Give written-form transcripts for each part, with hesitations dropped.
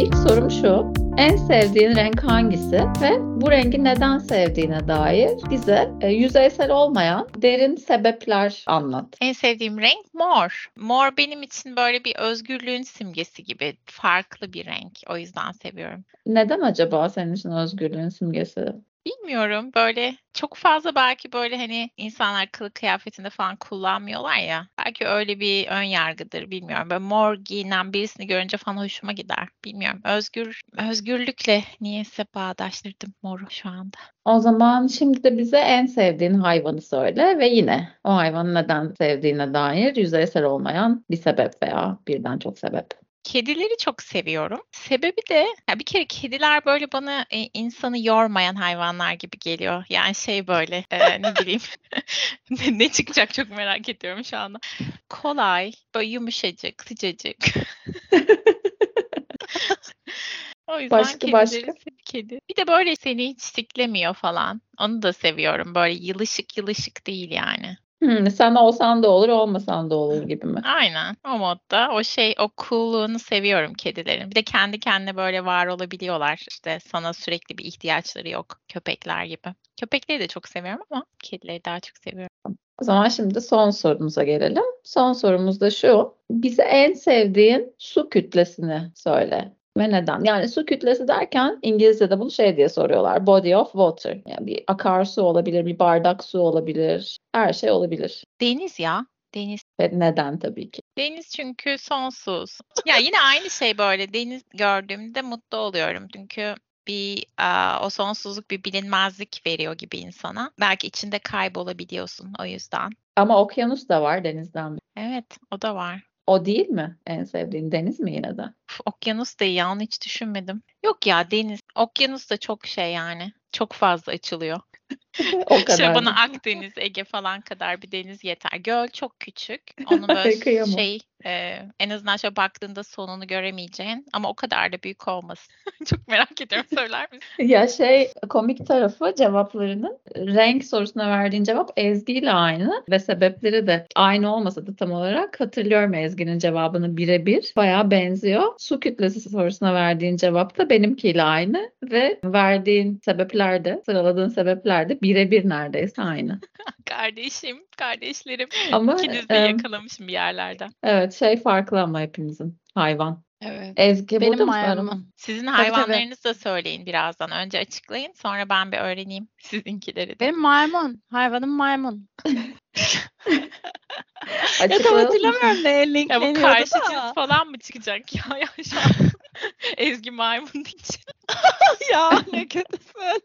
İlk sorum şu. En sevdiğin renk hangisi ve bu rengi neden sevdiğine dair bize yüzeysel olmayan derin sebepler anlat. En sevdiğim renk mor. Mor benim için böyle bir özgürlüğün simgesi gibi farklı bir renk. O yüzden seviyorum. Neden acaba senin için özgürlüğün simgesi? Bilmiyorum, böyle çok fazla belki böyle hani insanlar kılık kıyafetinde falan kullanmıyorlar ya. Belki öyle bir ön yargıdır, bilmiyorum. Böyle mor giyinen birisini görünce falan hoşuma gider. Bilmiyorum. Özgürlükle niyeyse bağdaştırdım moru şu anda. O zaman şimdi de bize en sevdiğin hayvanı söyle ve yine o hayvanı neden sevdiğine dair yüzeysel olmayan bir sebep veya birden çok sebep. Kedileri çok seviyorum. Sebebi de ya bir kere kediler böyle bana insanı yormayan hayvanlar gibi geliyor. Yani şey böyle ne bileyim ne çıkacak çok merak ediyorum şu anda. Kolay, böyle yumuşacık, sıcacık. O yüzden Başka? kedi. Bir de böyle seni hiç siklemiyor falan. Onu da seviyorum. Böyle yılışık değil yani. Sen olsan da olur, olmasan da olur gibi mi? Aynen o modda. O cool'luğunu seviyorum kedilerin. Bir de kendi kendine böyle var olabiliyorlar. İşte sana sürekli bir ihtiyaçları yok köpekler gibi. Köpekleri de çok seviyorum ama kedileri daha çok seviyorum. O zaman şimdi son sorumuza gelelim. Son sorumuz da şu. Bize en sevdiğin su kütlesini söyle ve neden? Yani su kütlesi derken İngilizce'de bunu şey diye soruyorlar. Body of water. Yani bir akarsu olabilir, bir bardak su olabilir. Her şey olabilir. Deniz ya. Deniz. Ve neden tabii ki? Deniz çünkü sonsuz. Ya yine aynı şey böyle deniz gördüğümde mutlu oluyorum. Çünkü o sonsuzluk bir bilinmezlik veriyor gibi insana. Belki içinde kaybolabiliyorsun o yüzden. Ama okyanus da var denizden. Evet, o da var. O değil mi en sevdiğin deniz mi yine de? Okyanus da iyi ya, onu hiç düşünmedim. Yok ya deniz. Okyanus da çok şey yani. Çok fazla açılıyor. O İşte kadar. bana Akdeniz, Ege falan kadar bir deniz yeter. Göl çok küçük. Onun böyle Kıyamam. en azından şöyle baktığında sonunu göremeyeceğin ama o kadar da büyük olmasın. Çok merak ediyorum, söyler misin? Ya komik tarafı cevaplarının renk sorusuna verdiğin cevap Ezgi ile aynı ve sebepleri de aynı olmasa da tam olarak hatırlıyorum Ezgi'nin cevabını birebir. Bayağı benziyor. Su kütlesi sorusuna verdiğin cevap da benimkiyle aynı ve verdiğin sebepler de, sıraladığın sebepler de birebir neredeyse aynı. Kardeşlerim. Ama İkiniz de yakalamışım bir yerlerden. evet farklı ama hepimizin hayvan. Evet. Ezgi Benim burada mısın? maymunum. Sizin Tabii. hayvanlarınızı da söyleyin birazdan. Önce açıklayın, sonra ben bir öğreneyim sizinkileri de. Benim maymun. Hayvanım maymun. Ya tam Açıklayalım mı? hatırlamıyorum ne Ya bu linkleniyordu karşı da. cins falan mı çıkacak ya şu an? Ezgi maymun için. Ya ne kötüsün.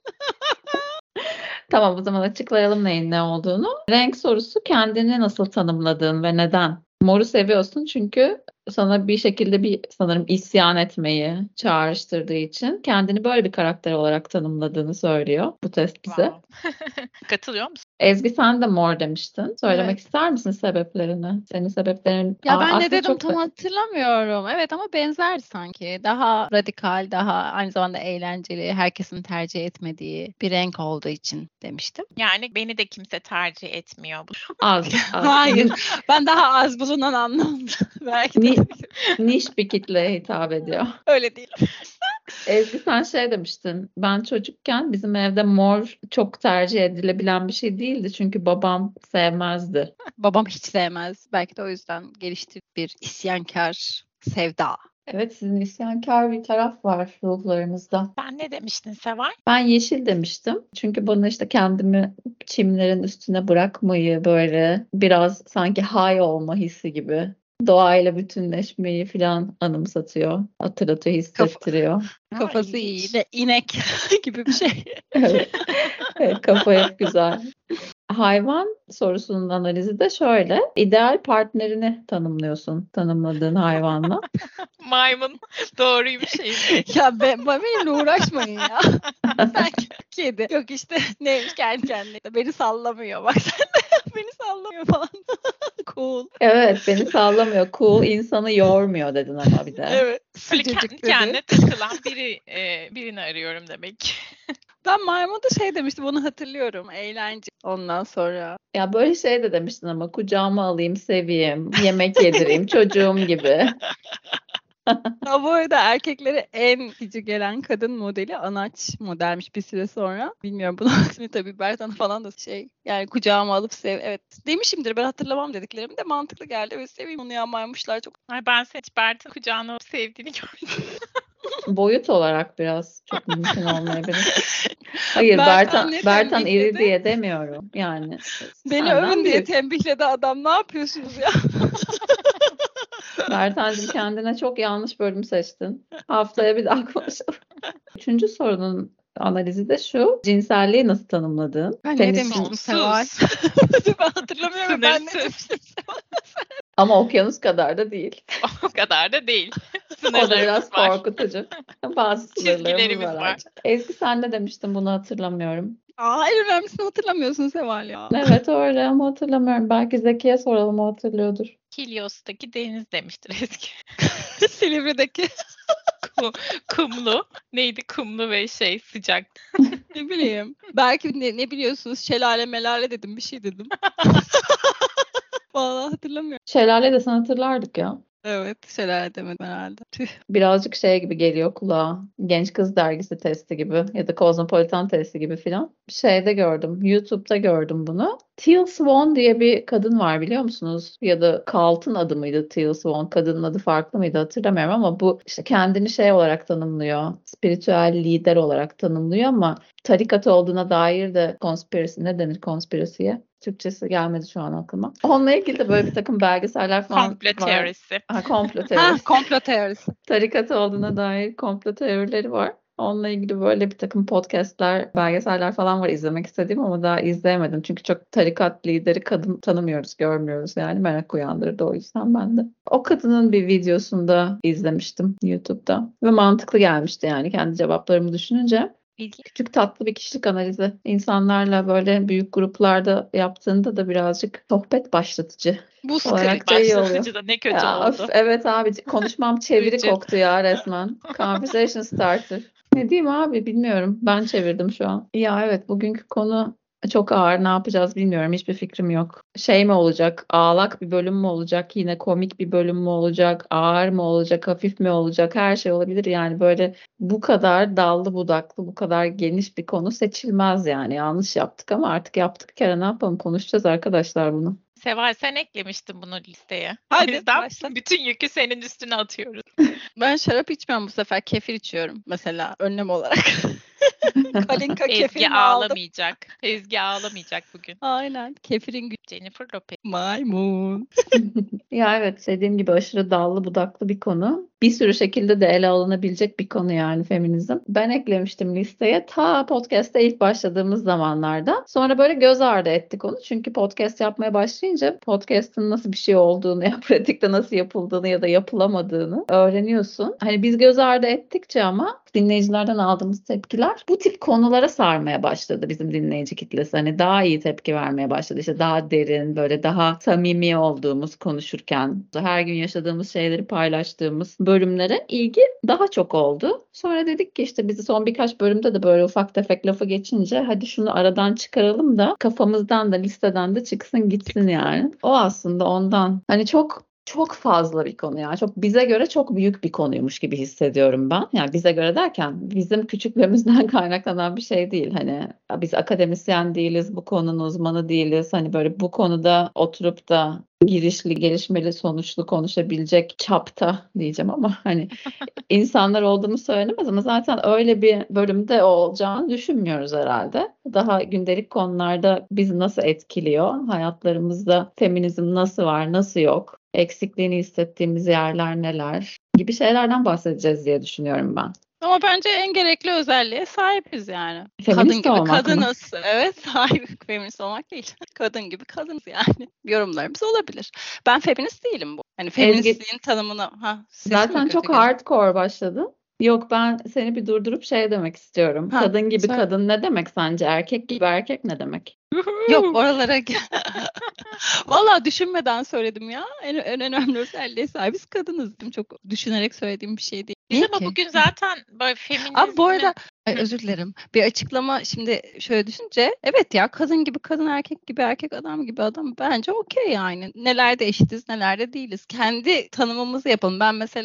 Tamam o zaman açıklayalım neyin ne olduğunu. Renk sorusu kendini nasıl tanımladığın ve neden? Moru seviyorsun çünkü sana bir şekilde sanırım isyan etmeyi çağrıştırdığı için kendini böyle bir karakter olarak tanımladığını söylüyor bu test bize. Wow. Katılıyor musun? Ezgi sen de mor demiştin. Söylemek Evet. ister misin sebeplerini? Senin sebeplerin Ya ben ne aslında dedim çok tam hatırlamıyorum. Evet ama benzerdi sanki. Daha radikal, daha aynı zamanda eğlenceli, herkesin tercih etmediği bir renk olduğu için demiştim. Yani beni de kimse tercih etmiyor. az. Hayır. Ben daha az bulunan anlamda. Belki de. Niş bir kitleye hitap ediyor. Öyle değil. Ezgi sen demiştin. Ben çocukken bizim evde mor çok tercih edilebilen bir şey değildi. Çünkü babam sevmezdi. Babam hiç sevmez. Belki de o yüzden geliştirdiği bir isyankar sevda. Evet sizin isyankar bir taraf var ruhlarınızda. Sen ne demiştin Seval? Ben yeşil demiştim. Çünkü bana işte kendimi çimlerin üstüne bırakmayı böyle biraz sanki high olma hissi gibi. Doğayla bütünleşmeyi falan hatırlatıyor, hissettiriyor. Kafası iyi. İnek gibi bir şey. Evet. Kafa hep güzel. Hayvan sorusunun analizi de şöyle. İdeal partnerini tanımladığın hayvanla. Maymun. Doğruymuş Ya benimle uğraşmayın ya. Sanki kedi. Yok işte neymiş kendi kendine. Beni sallamıyor. Bak sen de beni sallamıyor falan. Cool. Evet beni sallamıyor. Cool insanı yormuyor dedin ama bir de. Evet. Böyle Sıcacık kendi dedi. kendine takılan birini arıyorum demek. Ben maymunda demiştim onu hatırlıyorum. Eğlence. Ondan sonra. Ya böyle şey de demiştin ama kucağıma alayım, seveyim, yemek yedireyim, çocuğum gibi. Ya bu arada erkeklere en itici gelen kadın modeli anaç modelmiş bir süre sonra. Bilmiyorum bunun ismi tabii Bertan falan da yani kucağıma alıp sev. Evet demişimdir ben hatırlamam dediklerimi de mantıklı geldi. Evet seveyim onu ya maymuşlar çok. Ay ben seni hiç Bert'in kucağına alıp sevdiğini gördüm. Boyut olarak biraz çok mümkün olmayabilir. Hayır, Bertan ne Bertan iri tembihledi? diye demiyorum. Yani Beni senden övün diye büyük. tembihledi adam ne yapıyorsunuz ya? Bertancığım kendine çok yanlış bölüm seçtin. Haftaya bir daha konuşalım. Üçüncü sorunun analizi de şu. Cinselliği nasıl tanımladığın. Ben Senin ne için demiştim Seval? Sonsuz. Ben hatırlamıyorum ben ne Sınırsız. demiştim Seval. ama okyanus kadar da değil. O kadar da değil. O da biraz Sınırlarımız var. korkutucu. Bazı sınırlarımız Çizgilerimiz var. var. ayrıca. Ezgi sen ne demiştin bunu hatırlamıyorum. En önemlisini hatırlamıyorsun Seval ya. Evet öyle ama hatırlamıyorum. Belki Zeki'ye soralım o hatırlıyordur. Kilyos'taki deniz demiştir eski. Silivri'deki Kumlu. Neydi kumlu ve sıcak. ne bileyim. Belki ne biliyorsunuz şelale melale dedim bir şey dedim. Vallahi hatırlamıyorum. Şelale desen hatırlardık ya. Evet şelale demedim herhalde. Tüh. Birazcık şey gibi geliyor kulağa. Genç Kız Dergisi testi gibi ya da Kozmopolitan testi gibi filan. Şeyde gördüm. YouTube'da gördüm bunu. Teal Swan diye bir kadın var biliyor musunuz? Ya da Cult'ın adı mıydı Teal Swan? Kadının adı farklı mıydı hatırlamıyorum ama bu işte kendini şey olarak tanımlıyor. Spiritüel lider olarak tanımlıyor ama tarikat olduğuna dair de ne denir konspirasiye? Türkçesi gelmedi şu an aklıma. Onunla ilgili de böyle bir takım belgeseller falan Komplo var. teorisi. Komplo teorisi. Komplo teorisi. Tarikat olduğuna dair komplo teorileri var. Onunla ilgili böyle bir takım podcastler, belgeseller falan var izlemek istediğim ama daha izleyemedim. Çünkü çok tarikat lideri kadın tanımıyoruz, görmüyoruz yani merak uyandırdı o yüzden ben de. O kadının bir videosunda izlemiştim YouTube'da ve mantıklı gelmişti yani kendi cevaplarımı düşününce. İlgi. Küçük tatlı bir kişilik analizi. İnsanlarla böyle büyük gruplarda yaptığında da birazcık sohbet başlatıcı Bu olarak da iyi oluyor. Başlangıcı da ne kötü Ya, oldu. evet abi konuşmam çeviri Üzücü. koktu ya resmen. Conversation starter. Ne diyeyim abi bilmiyorum. Ben çevirdim şu an. Ya evet bugünkü konu çok ağır. Ne yapacağız bilmiyorum. Hiçbir fikrim yok. Şey mi olacak? Ağlak bir bölüm mü olacak? Yine komik bir bölüm mü olacak? Ağır mı olacak? Hafif mi olacak? Her şey olabilir. Yani böyle bu kadar dallı budaklı, bu kadar geniş bir konu seçilmez yani. Yanlış yaptık ama artık yaptık bir kere ne yapalım? Konuşacağız arkadaşlar bunu. Seval sen eklemiştin bunu listeye. Hadi, O yüzden başla. bütün yükü senin üstüne atıyoruz. Ben şarap içmiyorum bu sefer. Kefir içiyorum mesela önlem olarak. Kalinka Ezgi kefirimi aldım. ağlamayacak. Ezgi ağlamayacak bugün. Aynen. Kefirin Jennifer Lopez. maymun. Ya evet dediğim gibi aşırı dallı budaklı bir konu. Bir sürü şekilde de ele alınabilecek bir konu yani feminizm. Ben eklemiştim listeye ta podcast'te ilk başladığımız zamanlarda. Sonra böyle göz ardı ettik onu. Çünkü podcast yapmaya başlayınca podcast'ın nasıl bir şey olduğunu ya pratikte nasıl yapıldığını ya da yapılamadığını öğreniyorsun. Hani biz göz ardı ettikçe ama dinleyicilerden aldığımız tepkiler bu tip konulara sarmaya başladı bizim dinleyici kitlesi. Hani daha iyi tepki vermeye başladı. İşte daha derin, böyle daha samimi olduğumuz konuşurken, her gün yaşadığımız şeyleri paylaştığımız bölümlere ilgi daha çok oldu. Sonra dedik ki işte bizi son birkaç bölümde de böyle ufak tefek lafı geçince hadi şunu aradan çıkaralım da kafamızdan da listeden de çıksın gitsin yani. O aslında ondan. Hani çok fazla bir konu ya. Çok bize göre çok büyük bir konuymuş gibi hissediyorum ben. Yani bize göre derken bizim küçüklüğümüzden kaynaklanan bir şey değil. Hani biz akademisyen değiliz, bu konunun uzmanı değiliz. Hani böyle bu konuda oturup da girişli, gelişmeli, sonuçlu konuşabilecek çapta diyeceğim ama hani insanlar olduğumuz söylenemez ama zaten öyle bir bölümde olacağını düşünmüyoruz herhalde. Daha gündelik konularda bizi nasıl etkiliyor, hayatlarımızda feminizm nasıl var, nasıl yok, eksikliğini hissettiğimiz yerler neler gibi şeylerden bahsedeceğiz diye düşünüyorum ben. Ama bence en gerekli özelliğe sahibiz yani. Feminist Kadın gibi olmak mı? kadınız. Evet sahip. Feminist olmak değil. Kadın gibi kadınız yani. Yorumlarımız olabilir. Ben feminist değilim bu. Hani feministliğin tanımını... sesim mi Zaten kötü çok geliyor? hardcore başladı. Yok ben seni bir durdurup şey demek istiyorum. Kadın gibi söyle. kadın ne demek sence? Erkek gibi erkek ne demek? Yok oralara Vallahi düşünmeden söyledim ya. En önemli özelliğe sahibiz kadınız. Çok düşünerek söylediğim bir şey değil. Biz Niye ama ki? bugün zaten böyle feminizmin... Abi bu arada özür dilerim. Bir açıklama şimdi şöyle düşünce evet ya kadın gibi kadın erkek gibi erkek adam gibi adam bence okey yani. Nelerde eşitiz nelerde değiliz. Kendi tanımımızı yapalım. Ben mesela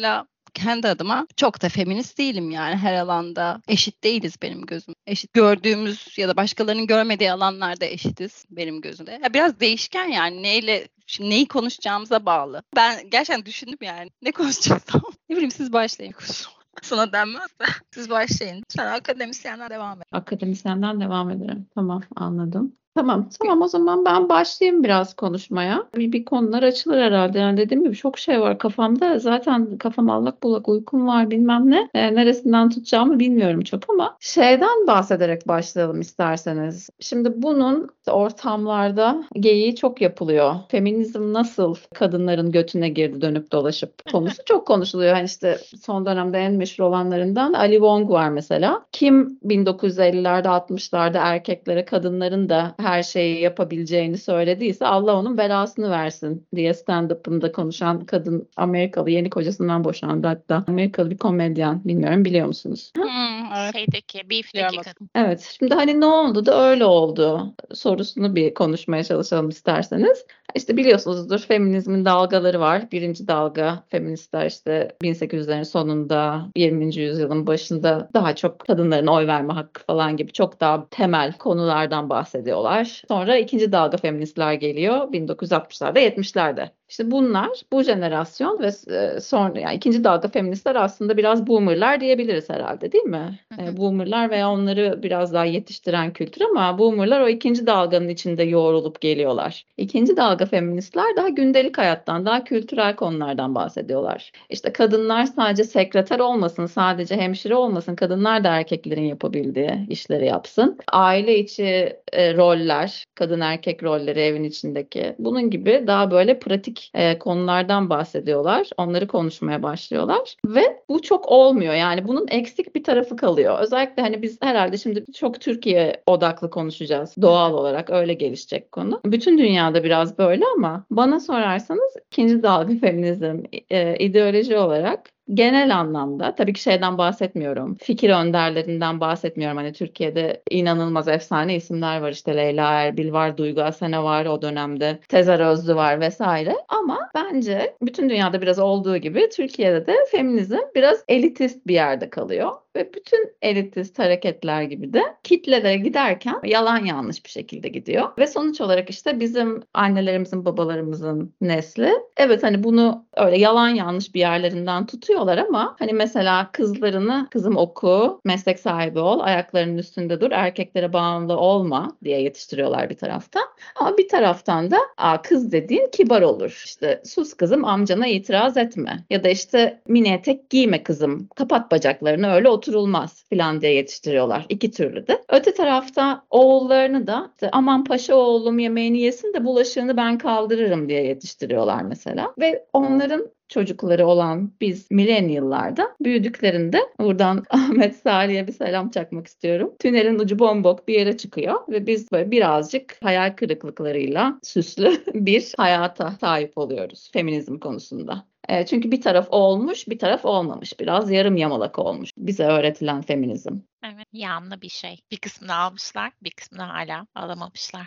kendi adıma çok da feminist değilim yani her alanda. Eşit değiliz benim gözüm. Eşit gördüğümüz ya da başkalarının görmediği alanlarda eşitiz benim gözümde. Ya biraz değişken yani şimdi neyi konuşacağımıza bağlı. Ben gerçekten düşündüm yani ne konuşacaksam. Ne bileyim siz başlayın konuşmaya. Sana denmez de. Siz başlayın. Sen akademisyenden devam et. Akademisyenden devam ederim. Tamam, anladım. Tamam o zaman ben başlayayım biraz konuşmaya. Bir konular açılır herhalde. Yani dediğim gibi çok şey var kafamda. Zaten kafam allak bullak, uykum var bilmem ne. Neresinden tutacağımı bilmiyorum çok ama şeyden bahsederek başlayalım isterseniz. Şimdi bunun ortamlarda geyiği çok yapılıyor. Feminizm nasıl kadınların götüne girdi dönüp dolaşıp konusu çok konuşuluyor. Hani işte son dönemde en meşhur olanlarından Ali Wong var mesela. Kim 1950'lerde 60'larda erkeklere kadınların da her şeyi yapabileceğini söylediyse Allah onun belasını versin diye stand-up'ında konuşan kadın, Amerikalı, yeni kocasından boşandı hatta. Amerikalı bir komedyen, bilmiyorum biliyor musunuz? Evet. Beef'teki Biliyorum kadın. Evet, şimdi hani ne oldu da öyle oldu sorusunu bir konuşmaya çalışalım isterseniz. İşte biliyorsunuzdur, feminizmin dalgaları var. Birinci dalga feministler işte 1800'lerin sonunda 20. yüzyılın başında daha çok kadınların oy verme hakkı falan gibi çok daha temel konulardan bahsediyorlar. Sonra ikinci dalga feministler geliyor 1960'larda 70'lerde. İşte bunlar, bu jenerasyon ve sonra yani ikinci dalga feministler aslında biraz boomerlar diyebiliriz herhalde, değil mi? Boomerlar veya onları biraz daha yetiştiren kültür, ama boomerlar o ikinci dalganın içinde yoğrulup geliyorlar. İkinci dalga feministler daha gündelik hayattan, daha kültürel konulardan bahsediyorlar. İşte kadınlar sadece sekreter olmasın, sadece hemşire olmasın, kadınlar da erkeklerin yapabildiği işleri yapsın. Aile içi roller, kadın erkek rolleri evin içindeki, bunun gibi daha böyle pratik konulardan bahsediyorlar. Onları konuşmaya başlıyorlar ve bu çok olmuyor. Yani bunun eksik bir tarafı kalıyor. Özellikle hani biz herhalde şimdi çok Türkiye odaklı konuşacağız. Doğal olarak öyle gelişecek konu. Bütün dünyada biraz böyle ama bana sorarsanız ikinci dalga feminizm ideoloji olarak genel anlamda, tabii ki şeyden bahsetmiyorum, fikir önderlerinden bahsetmiyorum. Hani Türkiye'de inanılmaz efsane isimler var, işte Leyla Erbil var, Duygu Asena var o dönemde, Tezer Özlü var vesaire. Ama bence bütün dünyada biraz olduğu gibi Türkiye'de de feminizm biraz elitist bir yerde kalıyor. Ve bütün elitist hareketler gibi de kitlelere giderken yalan yanlış bir şekilde gidiyor. Ve sonuç olarak işte bizim annelerimizin, babalarımızın nesli, evet hani bunu öyle yalan yanlış bir yerlerinden tutuyorlar ama hani mesela kızlarını, kızım oku, meslek sahibi ol, ayaklarının üstünde dur, erkeklere bağımlı olma diye yetiştiriyorlar bir taraftan. Ama bir taraftan da kız dediğin kibar olur. İşte sus kızım, amcana itiraz etme. Ya da işte mini etek giyme kızım, kapat bacaklarını, öyle oturulmaz falan diye yetiştiriyorlar. İki türlü de. Öte tarafta oğullarını da işte, aman paşa oğlum yemeğini yesin de bulaşığını ben kaldırırım diye yetiştiriyorlar mesela. Ve onların çocukları olan biz millennial'larda büyüdüklerinde, buradan Ahmet Salih'e bir selam çakmak istiyorum. Tünelin ucu bombok bir yere çıkıyor ve biz böyle birazcık hayal kırıklıklarıyla süslü bir hayata sahip oluyoruz feminizm konusunda. Çünkü bir taraf olmuş, bir taraf olmamış. Biraz yarım yamalak olmuş bize öğretilen feminizm. Evet, yanlı bir şey. Bir kısmını almışlar, bir kısmını hala alamamışlar.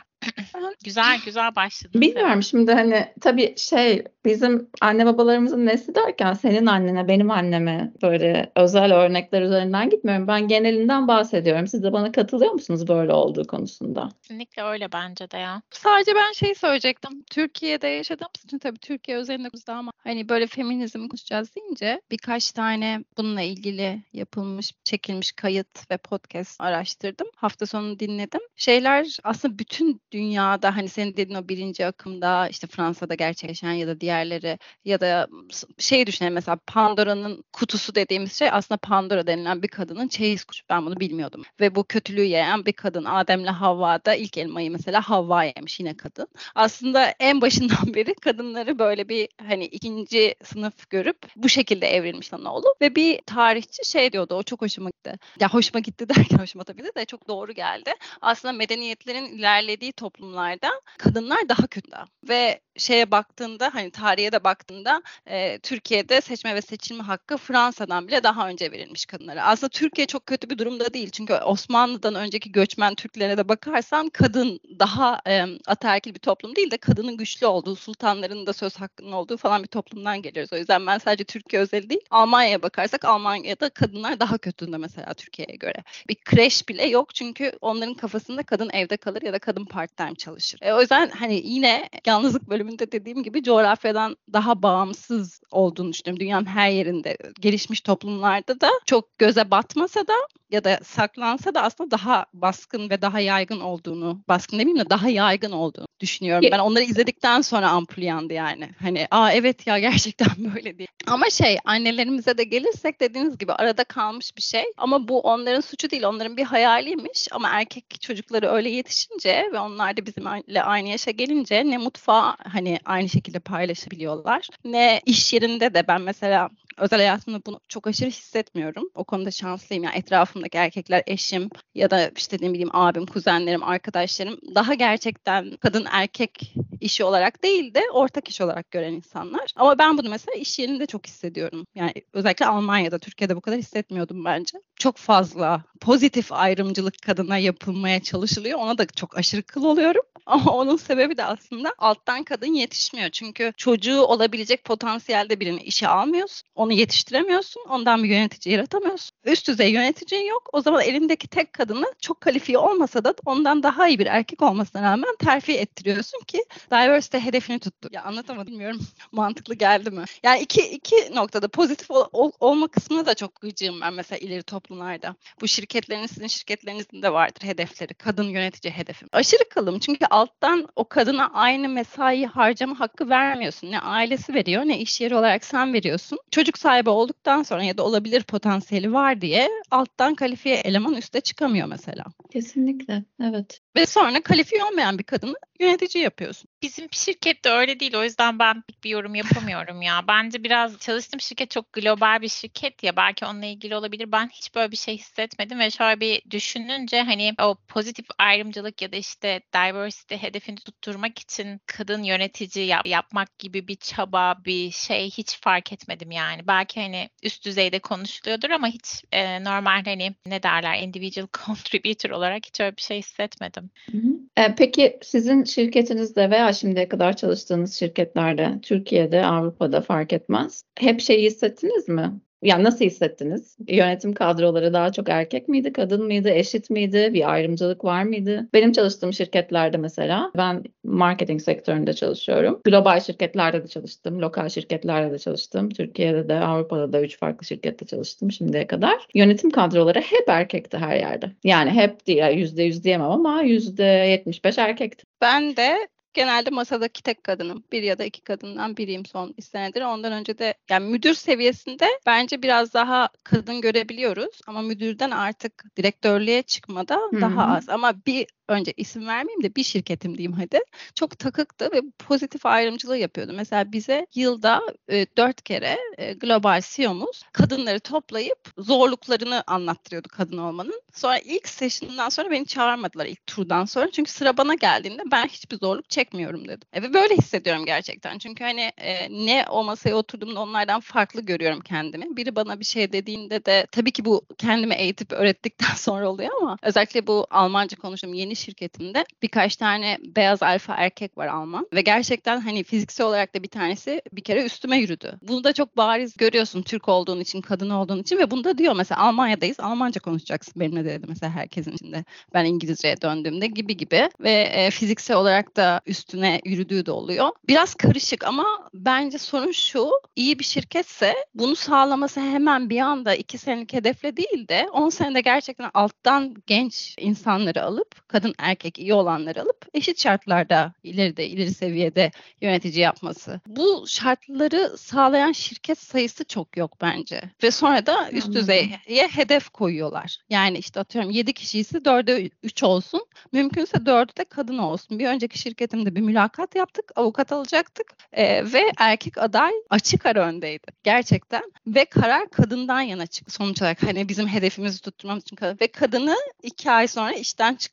Güzel başladınız. Bilmiyorum şimdi hani tabii bizim anne babalarımızın nesli derken senin annene, benim anneme böyle özel örnekler üzerinden gitmiyorum. Ben genelinden bahsediyorum. Siz de bana katılıyor musunuz böyle olduğu konusunda? Kesinlikle öyle bence de ya. Sadece ben söyleyecektim. Türkiye'de yaşadığımız için tabii Türkiye özelinde ama hani böyle feminizmi konuşacağız deyince birkaç tane bununla ilgili yapılmış, çekilmiş kayıt ve podcast araştırdım. Hafta sonu dinledim. Şeyler aslında bütün dünyada, hani senin dediğin o birinci akımda işte Fransa'da gerçekleşen ya da diğerleri, ya da düşünelim mesela Pandora'nın kutusu dediğimiz şey aslında Pandora denilen bir kadının çeyiz kuşu. Ben bunu bilmiyordum. Ve bu kötülüğü yayan bir kadın. Adem'le Havva'da ilk elmayı mesela Havva yemiş, yine kadın. Aslında en başından beri kadınları böyle bir hani ikinci sınıf görüp bu şekilde evrilmiş oğlu. Ve bir tarihçi diyordu, o çok hoşuma gitti. Ya hoşuma gitti derken hoşuma tabii de çok doğru geldi. Aslında medeniyetlerin ilerlediği toplumlarda kadınlar daha kötü. Ve şeye baktığında hani tarihe de baktığında Türkiye'de seçme ve seçilme hakkı Fransa'dan bile daha önce verilmiş kadınlara. Aslında Türkiye çok kötü bir durumda değil. Çünkü Osmanlı'dan önceki göçmen Türklere de bakarsan kadın daha ataerkil bir toplum değil de kadının güçlü olduğu, sultanların da söz hakkının olduğu falan bir toplumdan geliyoruz. O yüzden ben sadece Türkiye özel değil, Almanya'ya bakarsak Almanya'da kadınlar daha kötü de mesela Türkiye'ye göre. Bir kreş bile yok çünkü onların kafasında kadın evde kalır ya da kadın part-time çalışır. O yüzden hani yine yalnızlık bölümünde dediğim gibi coğrafyadan daha bağımsız olduğunu düşünüyorum. Dünyanın her yerinde, gelişmiş toplumlarda da çok göze batmasa da ya da saklansa da aslında daha baskın ve daha yaygın olduğunu, baskın demeyeyim de daha yaygın olduğunu düşünüyorum. Ben onları izledikten sonra ampul yandı yani. Hani evet ya gerçekten böyle değil. Ama annelerimize de gelirsek dediğiniz gibi arada kalmış bir şey. Ama bu onların suçu değil, onların bir hayaliymiş. Ama erkek çocukları öyle yetişince ve onlar da bizimle aynı yaşa gelince ne mutfağı hani aynı şekilde paylaşabiliyorlar. Ne iş yerinde de ben mesela özel hayatımda bunu çok aşırı hissetmiyorum. O konuda şanslıyım. Yani etrafımdaki erkekler, eşim ya da işte ne bileyim abim, kuzenlerim, arkadaşlarım daha gerçekten kadın erkek işi olarak değil de ortak iş olarak gören insanlar. Ama ben bunu mesela iş yerinde çok hissediyorum. Yani özellikle Almanya'da, Türkiye'de bu kadar hissetmiyordum bence. Çok fazla pozitif ayrımcılık kadına yapılmaya çalışılıyor. Ona da çok aşırı kıl oluyorum. Ama onun sebebi de aslında alttan kadın yetişmiyor. Çünkü çocuğu olabilecek potansiyelde birini işe almıyorsun. Onu yetiştiremiyorsun. Ondan bir yönetici yaratamıyorsun. Üst düzey yöneticin yok. O zaman elindeki tek kadını çok kalifiye olmasa da ondan daha iyi bir erkek olmasına rağmen terfi ettiriyorsun ki diversity hedefini tuttur. Ya anlatamadım, bilmiyorum mantıklı geldi mi? Yani iki noktada pozitif olma kısmına da çok gıcığım ben mesela ileri toplumlarda. Bu şirketlerin, sizin şirketlerinizin de vardır hedefleri. Kadın yönetici hedefim. Aşırı kalım çünkü alttan o kadına aynı mesai harcama hakkı vermiyorsun. Ne ailesi veriyor ne iş yeri olarak sen veriyorsun. Çocuk sahibi olduktan sonra ya da olabilir potansiyeli var diye alttan kalifiye eleman üste çıkamıyor mesela. Kesinlikle, evet. Ve sonra kalifiye olmayan bir kadını yönetici yapıyorsun. Bizim şirket de öyle değil. O yüzden ben bir yorum yapamıyorum ya. Bence biraz çalıştığım şirket çok global bir şirket ya. Belki onunla ilgili olabilir. Ben hiç böyle bir şey hissetmedim ve şöyle bir düşününce hani o pozitif ayrımcılık ya da işte diversity hedefini tutturmak için kadın yönetici yapmak gibi bir çaba, bir şey hiç fark etmedim yani. Belki hani üst düzeyde konuşuluyordur ama hiç normal hani ne derler individual contributor olarak hiç öyle bir şey hissetmedim. Peki sizin şirketinizde veya şimdiye kadar çalıştığınız şirketlerde, Türkiye'de, Avrupa'da fark etmez. Hep hissettiniz mi? Yani nasıl hissettiniz? Yönetim kadroları daha çok erkek miydi, kadın mıydı, eşit miydi? Bir ayrımcılık var mıydı? Benim çalıştığım şirketlerde mesela ben marketing sektöründe çalışıyorum. Global şirketlerde de çalıştım, lokal şirketlerde de çalıştım. Türkiye'de de, Avrupa'da da 3 farklı şirkette çalıştım şimdiye kadar. Yönetim kadroları hep erkekti her yerde. Yani hep diye %100 diyemem ama %75 erkekti. Ben de genelde masadaki tek kadınım. Bir ya da iki kadından biriyim son bir senedir. Ondan önce de yani müdür seviyesinde bence biraz daha kadın görebiliyoruz. Ama müdürden artık direktörlüğe çıkmada daha az. Ama önce isim vermeyeyim de bir şirketim diyeyim hadi. Çok takıktı ve pozitif ayrımcılığı yapıyordu. Mesela bize yılda 4 kere global CEO'muz kadınları toplayıp zorluklarını anlattırıyordu kadın olmanın. Sonra ilk session'dan sonra beni çağırmadılar ilk turdan sonra. Çünkü sıra bana geldiğinde ben hiçbir zorluk çekmiyorum dedim. Ve böyle hissediyorum gerçekten. Çünkü hani ne o masaya oturduğumda onlardan farklı görüyorum kendimi. Biri bana bir şey dediğinde de tabii ki bu kendime eğitip öğrettikten sonra oluyor ama özellikle bu Almanca konuştuğum yeni şirketimde birkaç tane beyaz alfa erkek var Alman ve gerçekten hani fiziksel olarak da bir tanesi bir kere üstüme yürüdü. Bunu da çok bariz görüyorsun Türk olduğun için, kadın olduğun için ve bunu da diyor mesela Almanya'dayız, Almanca konuşacaksın benimle dedi mesela herkesin içinde. Ben İngilizceye döndüğümde gibi ve fiziksel olarak da üstüne yürüdüğü de oluyor. Biraz karışık ama bence sorun şu, iyi bir şirketse bunu sağlaması hemen bir anda 2 senelik hedefle değil de 10 senede gerçekten alttan genç insanları alıp kadın erkek iyi olanları alıp eşit şartlarda ileri seviyede yönetici yapması. Bu şartları sağlayan şirket sayısı çok yok bence. Ve sonra da üst düzeye hedef koyuyorlar. Yani işte atıyorum 7 kişi ise 4'e 3 olsun. Mümkünse 4'ü de kadın olsun. Bir önceki şirketimde bir mülakat yaptık. Avukat alacaktık. Ve erkek aday açık ara öndeydi. Gerçekten. Ve karar kadından yana çıktı sonuç olarak. Hani bizim hedefimizi tutturmamız için kadın. Ve kadını 2 ay sonra işten çıkarıp öbür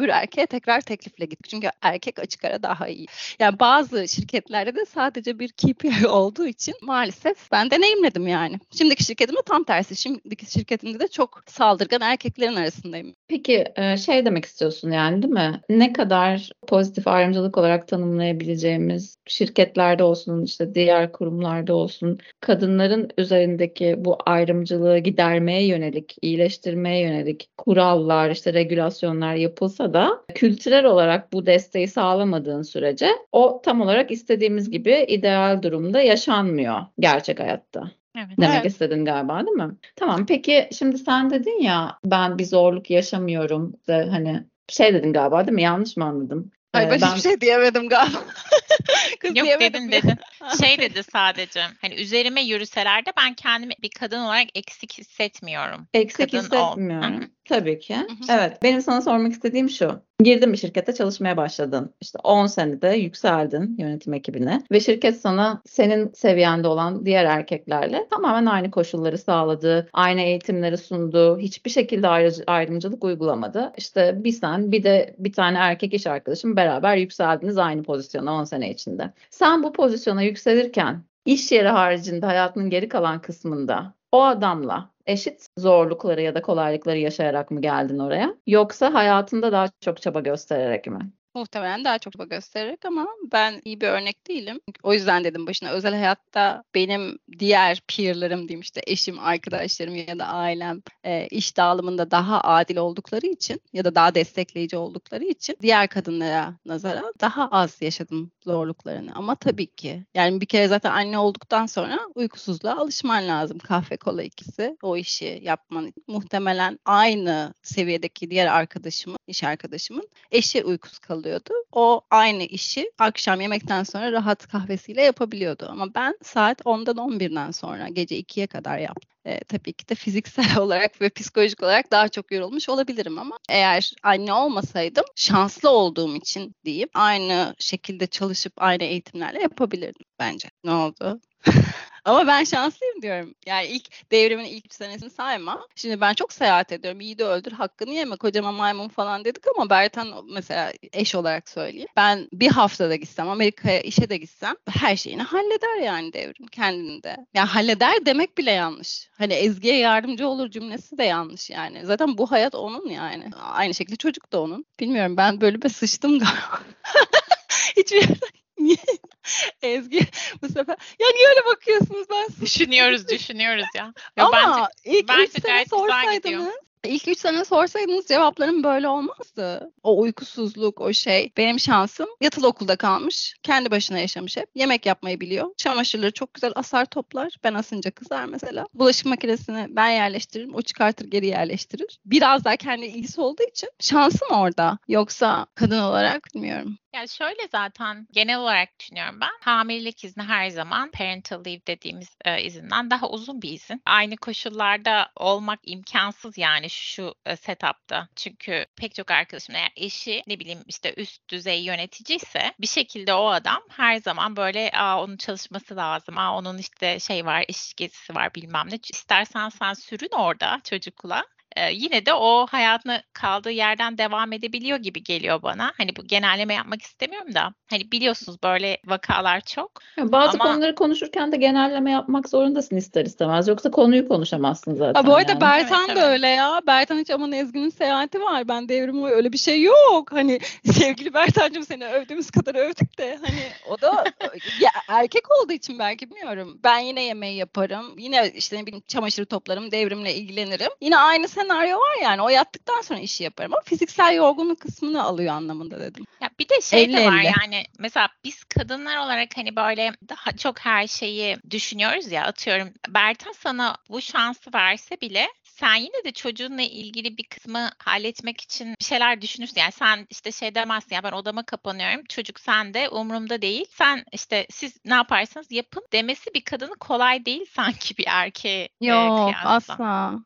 öbür erkeğe tekrar teklifle gittik. Çünkü erkek açık ara daha iyi. Yani bazı şirketlerde de sadece bir KPI olduğu için maalesef ben deneyimledim yani. Şimdiki şirketimde tam tersi. Şimdiki şirketimde de çok saldırgan erkeklerin arasındayım. Peki şey demek istiyorsun yani değil mi? Ne kadar pozitif ayrımcılık olarak tanımlayabileceğimiz şirketlerde olsun, işte diğer kurumlarda olsun, kadınların üzerindeki bu ayrımcılığı gidermeye yönelik, iyileştirmeye yönelik kurallar, işte regülasyonlar yapılsa da kültürel olarak bu desteği sağlamadığın sürece o tam olarak istediğimiz gibi ideal durumda yaşanmıyor gerçek hayatta. Evet. Demek Evet. istedin galiba, değil mi? Tamam. Peki şimdi sen dedin ya ben bir zorluk yaşamıyorum. İşte hani şey dedin galiba, değil mi? Yanlış mı anladım? Ay ben hiçbir şey diyemedim galiba. Kız Yok diyemedim ya. dedin. Şey dedi sadece. Hani üzerime yürüseler de ben kendimi bir kadın olarak eksik hissetmiyorum. Eksik Kadın ol. hissetmiyorum. Tabii ki. hı. Evet. Benim sana sormak istediğim şu. Girdin bir şirkete çalışmaya başladın. İşte 10 senede yükseldin yönetim ekibine ve şirket sana senin seviyende olan diğer erkeklerle tamamen aynı koşulları sağladı, aynı eğitimleri sundu, hiçbir şekilde ayrımcılık uygulamadı. İşte bir sen bir de bir tane erkek iş arkadaşım beraber yükseldiniz aynı pozisyona 10 sene içinde. Sen bu pozisyona yükselirken iş yeri haricinde hayatının geri kalan kısmında o adamla eşit zorlukları ya da kolaylıkları yaşayarak mı geldin oraya? Yoksa hayatında daha çok çaba göstererek mi? Muhtemelen daha çok çaba göstererek ama ben iyi bir örnek değilim. O yüzden dedim başına özel hayatta benim diğer peer'larım diyeyim işte eşim, arkadaşlarım ya da ailem iş dağılımında daha adil oldukları için ya da daha destekleyici oldukları için diğer kadınlara nazaran daha az yaşadım zorluklarını. Ama tabii ki yani bir kere zaten anne olduktan sonra uykusuzluğa alışman lazım. Kahve kola ikisi o işi yapman için. Muhtemelen aynı seviyedeki diğer arkadaşımın, iş arkadaşımın eşi uykusuz kalıyordu. O aynı işi akşam yemekten sonra rahat kahvesiyle yapabiliyordu. Ama ben saat 10'dan 11'den sonra gece 2'ye kadar yaptım. Tabii ki de fiziksel olarak ve psikolojik olarak daha çok yorulmuş olabilirim ama eğer anne olmasaydım şanslı olduğum için diyeyim aynı şekilde çalışıp aynı eğitimlerle yapabilirdim bence. Ne oldu? Ama ben şanslıyım diyorum. Yani devrimin ilk 3 senesini sayma. Şimdi ben çok seyahat ediyorum. Yiğidi öldür, hakkını yeme. Kocaman maymun falan dedik ama Bertan mesela eş olarak söyleyeyim. Ben bir haftada gitsem, Amerika'ya işe de gitsem her şeyini halleder yani devrim kendinde. Yani halleder demek bile yanlış. Hani Ezgi'ye yardımcı olur cümlesi de yanlış yani. Zaten bu hayat onun yani. Aynı şekilde çocuk da onun. Bilmiyorum ben böyle bir sıçtım galiba. Hiçbir yerden niye? Ezgi bu sefer ya niye öyle bakıyorsunuz ben Düşünüyoruz ya. Yo, ama ilk 3 bence sene gayet güzel gidiyor. sorsaydınız İlk 3 sene sorsaydınız cevaplarım böyle olmazdı. O uykusuzluk, o şey. Benim şansım yatılı okulda kalmış. Kendi başına yaşamış hep. Yemek yapmayı biliyor. Çamaşırları çok güzel asar toplar. Ben asınca kızar mesela. Bulaşık makinesini ben yerleştiririm. O çıkartır geri yerleştirir. Biraz daha kendi ilgisi olduğu için şansım orada. Yoksa kadın olarak bilmiyorum. Yani şöyle zaten genel olarak düşünüyorum ben. Hamilelik izni her zaman parental leave dediğimiz izinden daha uzun bir izin. Aynı koşullarda olmak imkansız yani şu setup'ta. Çünkü pek çok arkadaşım eğer eşi ne bileyim işte üst düzey yöneticiyse bir şekilde o adam her zaman böyle onun çalışması lazım. Onun işte şey var, iş gezisi var bilmem ne. İstersen sen sürün orada çocukla. Yine de o hayatına kaldığı yerden devam edebiliyor gibi geliyor bana. Hani bu genelleme yapmak istemiyorum da. Hani biliyorsunuz böyle vakalar çok. Ya bazı Ama konuları konuşurken de genelleme yapmak zorundasın ister istemez. Yoksa konuyu konuşamazsın zaten Bu arada yani. Bertan Evet, da evet. öyle ya. Bertan hiç aman Ezgi'nin seyahati var. Ben devrim öyle bir şey yok. Hani sevgili Bertancığım seni övdüğümüz kadar övdük de hani o da ya, erkek olduğu için belki bilmiyorum. Ben yine yemeği yaparım. Yine işte ne bileyim çamaşırı toplarım. Devrimle ilgilenirim. Yine aynı senaryo var yani. O yattıktan sonra işi yaparım. Ama fiziksel yorgunluk kısmını alıyor anlamında dedim. Ya bir de şey de var 50-50. yani mesela biz kadınlar olarak hani böyle daha çok her şeyi düşünüyoruz ya atıyorum Bertan sana bu şansı verse bile sen yine de çocuğunla ilgili bir kısmı halletmek için bir şeyler düşünürsün. Yani sen işte şey demezsin ya ben odama kapanıyorum çocuk sende umurumda değil. Sen işte siz ne yaparsanız yapın demesi bir kadının kolay değil sanki bir erkeğe Yok kıyasla. asla.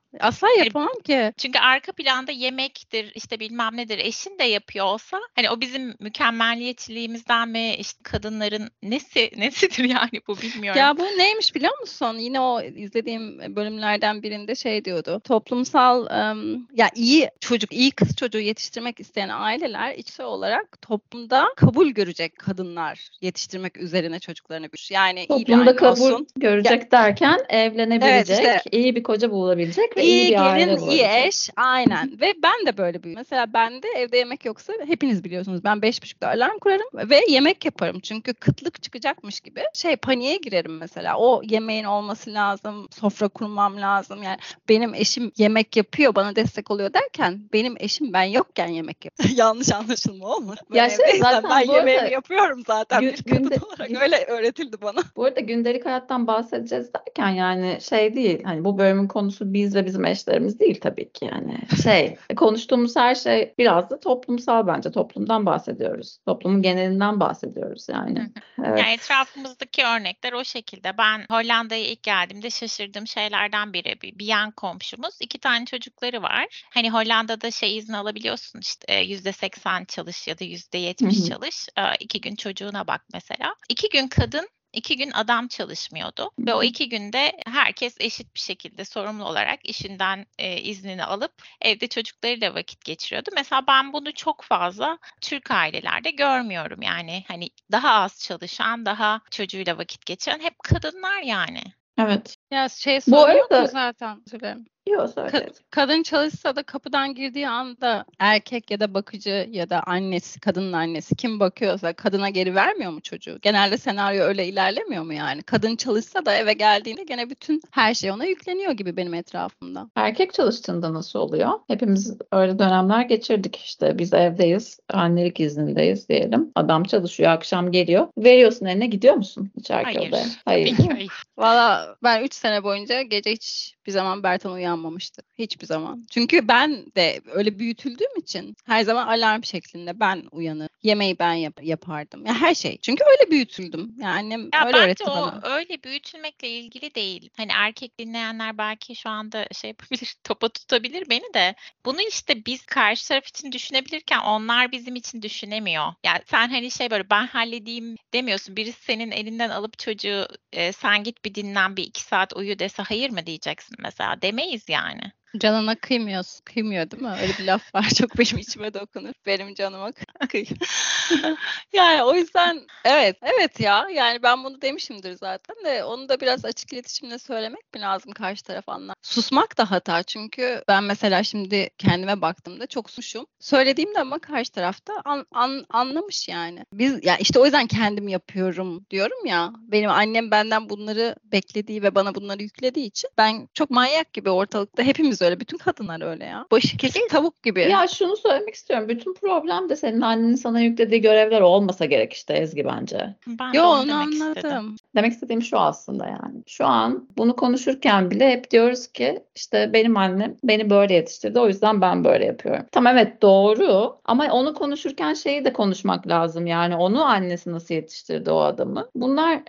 Asla yapamam ki. Çünkü arka planda yemektir, işte bilmem nedir, eşin de yapıyor olsa hani o bizim mükemmeliyetçiliğimizden mi, işte kadınların nesidir yani bu bilmiyorum. Ya bu neymiş biliyor musun? Yine o izlediğim bölümlerden birinde şey diyordu. Toplumsal ya iyi kız çocuğu yetiştirmek isteyen aileler içsel olarak toplumda kabul görecek kadınlar yetiştirmek üzerine çocuklarını büyütür. Yani iyi bir Toplumda anne kabul olsun. görecek derken Evet evlenebilecek, işte iyi bir koca bulabilecek ve iyi iyi bir aile gelin, iyi bulabilecek. eş, aynen. Ve ben de böyle büyüdüm. Mesela ben de evde yemek yoksa hepiniz biliyorsunuz. Ben 5.30'da alarm kurarım ve yemek yaparım. Çünkü kıtlık çıkacakmış gibi paniğe girerim mesela. O yemeğin olması lazım, sofra kurmam lazım. Yani benim eşim yemek yapıyor, bana destek oluyor derken benim eşim ben yokken yemek yapıyor. Yanlış anlaşılma olmasın. Ben Ya evdeysem ben zaten bu yemeğimi arada yapıyorum zaten bir kadın olarak. Öyle öğretildi bana. Bu arada gündelik hayattan bahsedeceğiz derken yani şey değil, hani bu bölümün konusu biz ve bizim eşlerimiz değil tabii ki, yani konuştuğumuz her şey biraz da toplumsal, bence toplumdan bahsediyoruz. Toplumun genelinden bahsediyoruz yani. Yani Evet. etrafımızdaki örnekler o şekilde. Ben Hollanda'ya ilk geldiğimde şaşırdığım şeylerden biri bir yan komşumuz. 2 tane çocukları var. Hani Hollanda'da izni alabiliyorsun işte %80 çalış ya da %70 çalış. 2 gün çocuğuna bak mesela. 2 gün kadın 2 gün adam çalışmıyordu ve o 2 günde herkes eşit bir şekilde sorumlu olarak işinden iznini alıp evde çocuklarıyla vakit geçiriyordu. Mesela ben bunu çok fazla Türk ailelerde görmüyorum yani hani daha az çalışan, daha çocuğuyla vakit geçiren hep kadınlar yani. Evet. Ya Bu sorun yok mu arada zaten? Söyleyeyim. yok, söyle. Kadın çalışsa da kapıdan girdiği anda erkek ya da bakıcı ya da annesi, kadının annesi kim bakıyorsa kadına geri vermiyor mu çocuğu? Genelde senaryo öyle ilerlemiyor mu yani? Kadın çalışsa da eve geldiğinde gene bütün her şey ona yükleniyor gibi benim etrafımda. Erkek çalıştığında nasıl oluyor? Hepimiz öyle dönemler geçirdik işte. Biz evdeyiz, annelik iznindeyiz diyelim. Adam çalışıyor, akşam geliyor. Veriyorsun eline, gidiyor musun hiç erkeğe odaya? Hayır. Hayır, Tabii değil ki mi? hayır. Valla ben 3 sene boyunca gece hiçbir zaman Bertan uyanmamıştı. Hiçbir zaman. Çünkü ben de öyle büyütüldüğüm için her zaman alarm şeklinde ben uyanır. Yemeği ben yapardım. Ya her şey. Çünkü öyle büyütüldüm. Yani annem Ya öyle bence öğretti o bana. öyle büyütülmekle ilgili değil. Hani erkek dinleyenler belki şu anda yapabilir, topa tutabilir beni de. Bunu işte biz karşı taraf için düşünebilirken onlar bizim için düşünemiyor. Yani sen hani böyle ben halledeyim demiyorsun. Birisi senin elinden alıp çocuğu sen git bir dinlen bir 2 saat uyu dese hayır mı diyeceksin mesela? Demeyiz yani. Canına kıymıyorsun. Kıymıyor değil mi? Öyle bir laf var. Çok benim içime dokunur. Benim canıma kıy. Yani o yüzden evet ya. Yani ben bunu demişimdir zaten de onu da biraz açık iletişimle söylemek mi lazım karşı taraf anlar. Susmak da hata çünkü ben mesela şimdi kendime baktığımda çok susmuşum. Söylediğimde ama karşı tarafta anlamış yani. Biz ya işte o yüzden kendim yapıyorum diyorum ya. Benim annem benden bunları beklediği ve bana bunları yüklediği için ben çok manyak gibi ortalıkta hepimiz öyle. Bütün kadınlar öyle ya. Başı kesik tavuk gibi. Ya şunu söylemek istiyorum. Bütün problem de senin annenin sana yüklediği görevler olmasa gerek işte Ezgi, bence. Ben Yo de onu onu demek istedim. anladım. Demek istediğim şu aslında yani. Şu an bunu konuşurken bile hep diyoruz ki işte benim annem beni böyle yetiştirdi, o yüzden ben böyle yapıyorum. Tamam, evet, doğru, ama onu konuşurken şeyi de konuşmak lazım yani, onu annesi nasıl yetiştirdi o adamı. Bunlar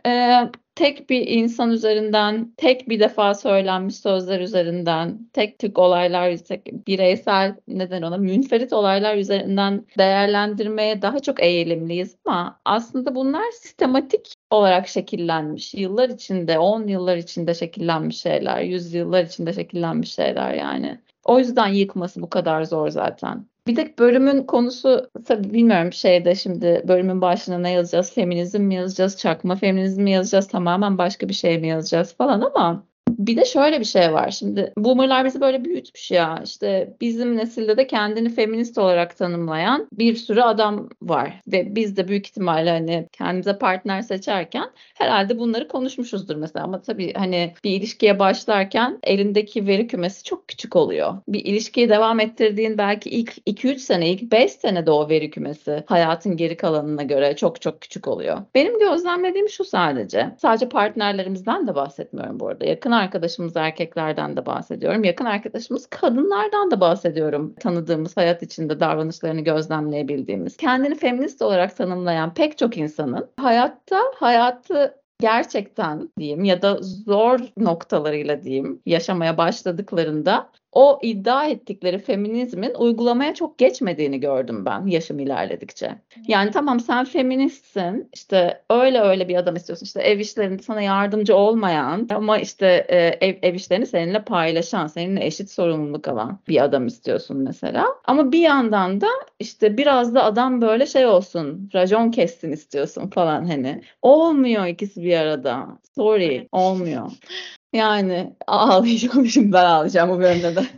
tek bir insan üzerinden, tek bir defa söylenmiş sözler üzerinden, tek tük olaylar, bireysel, neden ona münferit olaylar üzerinden değerlendirmeye daha çok eğilimliyiz, ama aslında bunlar sistematik olarak şekillenmiş, yıllar içinde, 10 yıllar içinde şekillenmiş şeyler, 100 yıllar içinde şekillenmiş şeyler yani. O yüzden yıkması bu kadar zor zaten. Bir de bölümün konusu tabii bilmiyorum, şimdi bölümün başlığına ne yazacağız? Feminizm mi yazacağız? Çakma feminizm mi yazacağız? Tamamen başka bir şey mi yazacağız falan, ama bir de şöyle bir şey var. Şimdi boomerlar bizi böyle büyütmüş ya. İşte bizim nesilde de kendini feminist olarak tanımlayan bir sürü adam var. Ve biz de büyük ihtimalle hani kendimize partner seçerken herhalde bunları konuşmuşuzdur mesela. Ama tabii hani bir ilişkiye başlarken elindeki veri kümesi çok küçük oluyor. Bir ilişkiyi devam ettirdiğin belki ilk 2-3 sene, ilk 5 senede o veri kümesi hayatın geri kalanına göre çok çok küçük oluyor. Benim gözlemlediğim şu sadece. Sadece partnerlerimizden de bahsetmiyorum bu arada. Yakın arkadaşımız erkeklerden de bahsediyorum. Yakın arkadaşımız kadınlardan da bahsediyorum. Tanıdığımız, hayat içinde davranışlarını gözlemleyebildiğimiz. Kendini feminist olarak tanımlayan pek çok insanın hayatı gerçekten diyeyim ya da zor noktalarıyla diyeyim yaşamaya başladıklarında o iddia ettikleri feminizmin uygulamaya çok geçmediğini gördüm ben yaşım ilerledikçe. Yani tamam sen feministsin, işte öyle bir adam istiyorsun, işte ev işlerinde sana yardımcı olmayan ama işte ev işlerini seninle paylaşan, seninle eşit sorumluluk alan bir adam istiyorsun mesela. Ama bir yandan da işte biraz da adam böyle şey olsun, racon kessin istiyorsun falan hani. Olmuyor ikisi bir arada. Sorry, Evet. olmuyor. Yani ağlayacağım şimdi, ben ağlayacağım bu bölümde de.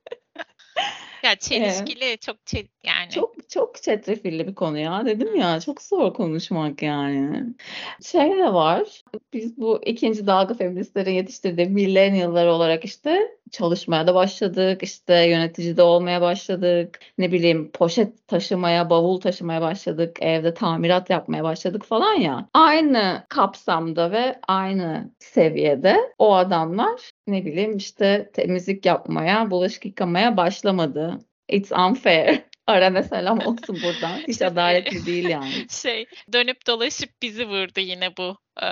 Ya Ee, çelişkili çok yani. çok çetrefilli bir konu ya. Dedim ya, çok zor konuşmak yani. Şey de var. Biz bu ikinci dalga feministlerin yetiştirdiği millennial'lar olarak işte çalışmaya da başladık. İşte yönetici de olmaya başladık. Ne bileyim poşet taşımaya, bavul taşımaya başladık. Evde tamirat yapmaya başladık falan ya. Aynı kapsamda ve aynı seviyede o adamlar ne bileyim işte temizlik yapmaya, bulaşık yıkamaya başlamadı. It's unfair. Arana selam olsun buradan. Hiç İşte adaletli değil yani. dönüp dolaşıp bizi vurdu yine bu.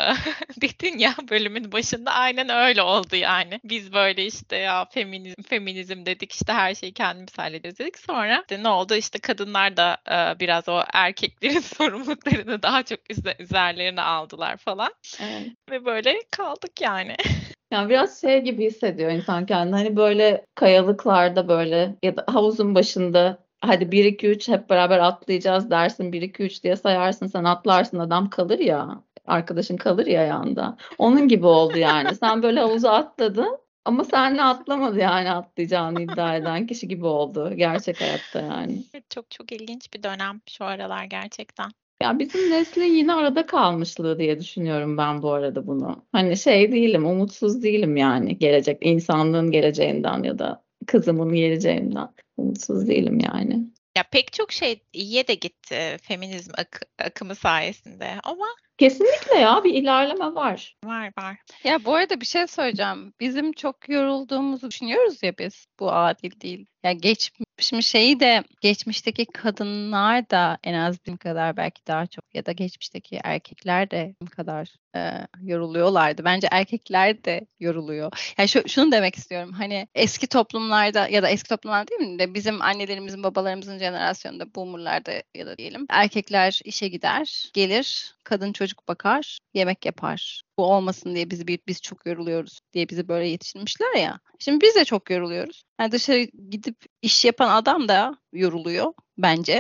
Dedin ya bölümün başında, aynen öyle oldu yani. Biz böyle işte ya feminizm dedik, işte her şeyi kendimiz hallederiz dedik. Sonra işte ne oldu, işte kadınlar da biraz o erkeklerin sorumluluklarını daha çok üzerlerine aldılar falan. Evet. Ve böyle kaldık yani. Yani biraz şey gibi hissediyor insan kendini. Hani böyle kayalıklarda böyle ya da havuzun başında hadi 1 2 3 hep beraber atlayacağız dersin, 1 2 3 diye sayarsın, sen atlarsın, adam kalır ya. Arkadaşın kalır ya yanında. Onun gibi oldu yani. Sen böyle havuza atladın ama seninle atlamadı yani, atlayacağını iddia eden kişi gibi oldu gerçek hayatta yani. Evet, çok çok ilginç bir dönem şu aralar gerçekten. Ya bizim neslin yine arada kalmışlığı diye düşünüyorum ben bu arada bunu. Hani şey değilim, umutsuz değilim yani insanlığın geleceğinden ya da kızımın geleceğinden. Umutsuz değilim yani. Ya pek çok şey iyiye de gitti feminizm akımı sayesinde ama Kesinlikle ya, bir ilerleme var. var. Ya bu arada bir şey söyleyeceğim. Bizim çok yorulduğumuzu düşünüyoruz ya biz. Bu adil değil. Ya geçmiş şeyi de, geçmişteki kadınlar da en az bizim kadar, belki daha çok, ya da geçmişteki erkekler de bizim kadar yoruluyorlardı. Bence erkekler de yoruluyor. Yani şunu demek istiyorum. Hani eski toplumlarda, ya da eski toplumlar değil mi de, bizim annelerimizin, babalarımızın jenerasyonunda, boomerlarda ya da diyelim, erkekler işe gider, gelir, kadın çocuk bakar, yemek yapar. Bu olmasın diye biz çok yoruluyoruz diye bizi böyle yetiştirmişler ya. Şimdi biz de çok yoruluyoruz. Yani dışarı gidip iş yapan adam da yoruluyor bence.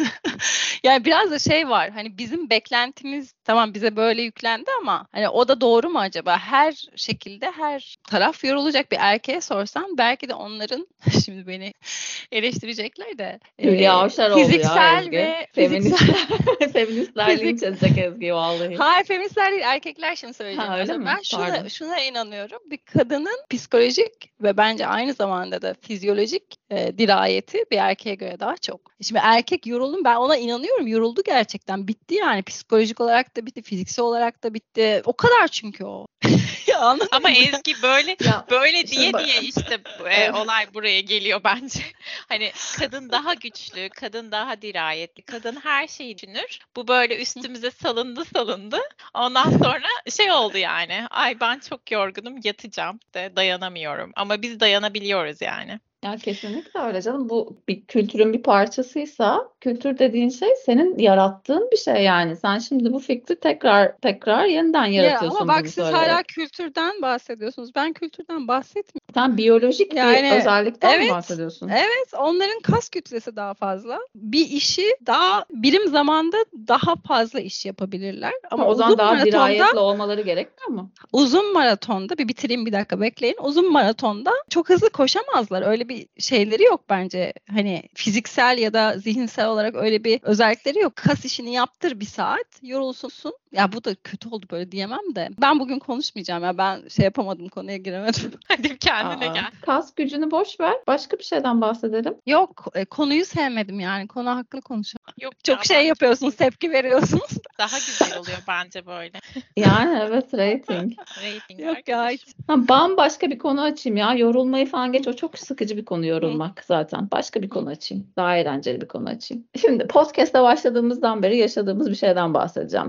Yani biraz da şey var. Hani bizim beklentimiz tamam, bize böyle yüklendi ama hani o da doğru mu acaba? Her şekilde her taraf yorulacak. Bir erkeğe sorsan belki de onların şimdi beni eleştirecekler de Hülya Avşaroğlu ya fiziksel Ezgi. ve fiziksel Feministler linç edecek Ezgi vallahi. Hayır, feministler değil, erkekler için Ha söyleyeceğim. öyle mi? Ben Pardon. şuna inanıyorum. Bir kadının psikolojik ve bence aynı zamanda da fizyolojik dirayeti bir erkeğe göre daha çok. Şimdi erkek yorulun, ben ona inanıyorum. Yoruldu gerçekten. Bitti yani. Psikolojik olarak da bitti, fiziksel olarak da bitti. O kadar çünkü o. Ya anladın Ama mı? Ezgi böyle Ya böyle işte diye bak- diye işte Evet. olay buraya geliyor bence. Hani kadın daha güçlü, kadın daha dirayetli, kadın her şeyi düşünür. Bu böyle üstümüze salındı. Ondan sonra şey oldu yani. Ay ben çok yorgunum, yatacağım de, dayanamıyorum. Ama biz dayanabiliyoruz yani. Ya kesinlikle öyle canım. Bu bir kültürün bir parçasıysa, kültür dediğin şey senin yarattığın bir şey yani. Sen şimdi bu fikri tekrar yeniden Ya ama yaratıyorsun bak, bunu siz hala söyleyerek. kültürden bahsediyorsunuz. Ben kültürden bahsetmiyorum. Sen biyolojik bir Yani özellikten mi evet, bahsediyorsun? evet, onların kas kütlesi daha fazla. Bir işi daha birim zamanda daha fazla iş yapabilirler. Ha, Ama o zaman daha dirayetli olmaları gerekmiyor mu? uzun maratonda bir bitireyim, bir dakika bekleyin. Uzun maratonda çok hızlı koşamazlar. Öyle bir şeyleri yok bence. Hani fiziksel ya da zihinsel olarak öyle bir özellikleri yok. Kas işini yaptır bir saat, yorulsun. Ya bu da kötü oldu, böyle diyemem de. Ben bugün konuşmayacağım ya. Ben şey yapamadım, konuya giremedim. Hadi kendine Aa, gel. kas gücünü boş ver. Başka bir şeyden bahsedelim. Yok, konuyu sevmedim yani. Konu hakkında konuşalım. Yok Çok ya, şey ben yapıyorsunuz, tepki veriyorsunuz. daha güzel oluyor bence böyle. Yani evet, rating. Rating Yok ya, hiç. arkadaşım. Ha, bambaşka bir konu açayım ya. Yorulmayı falan geç. O çok sıkıcı bir konu, Hı, yorulmak zaten. Başka bir hı. konu açayım. Daha eğlenceli bir konu açayım. Şimdi podcast'a başladığımızdan beri yaşadığımız bir şeyden bahsedeceğim size.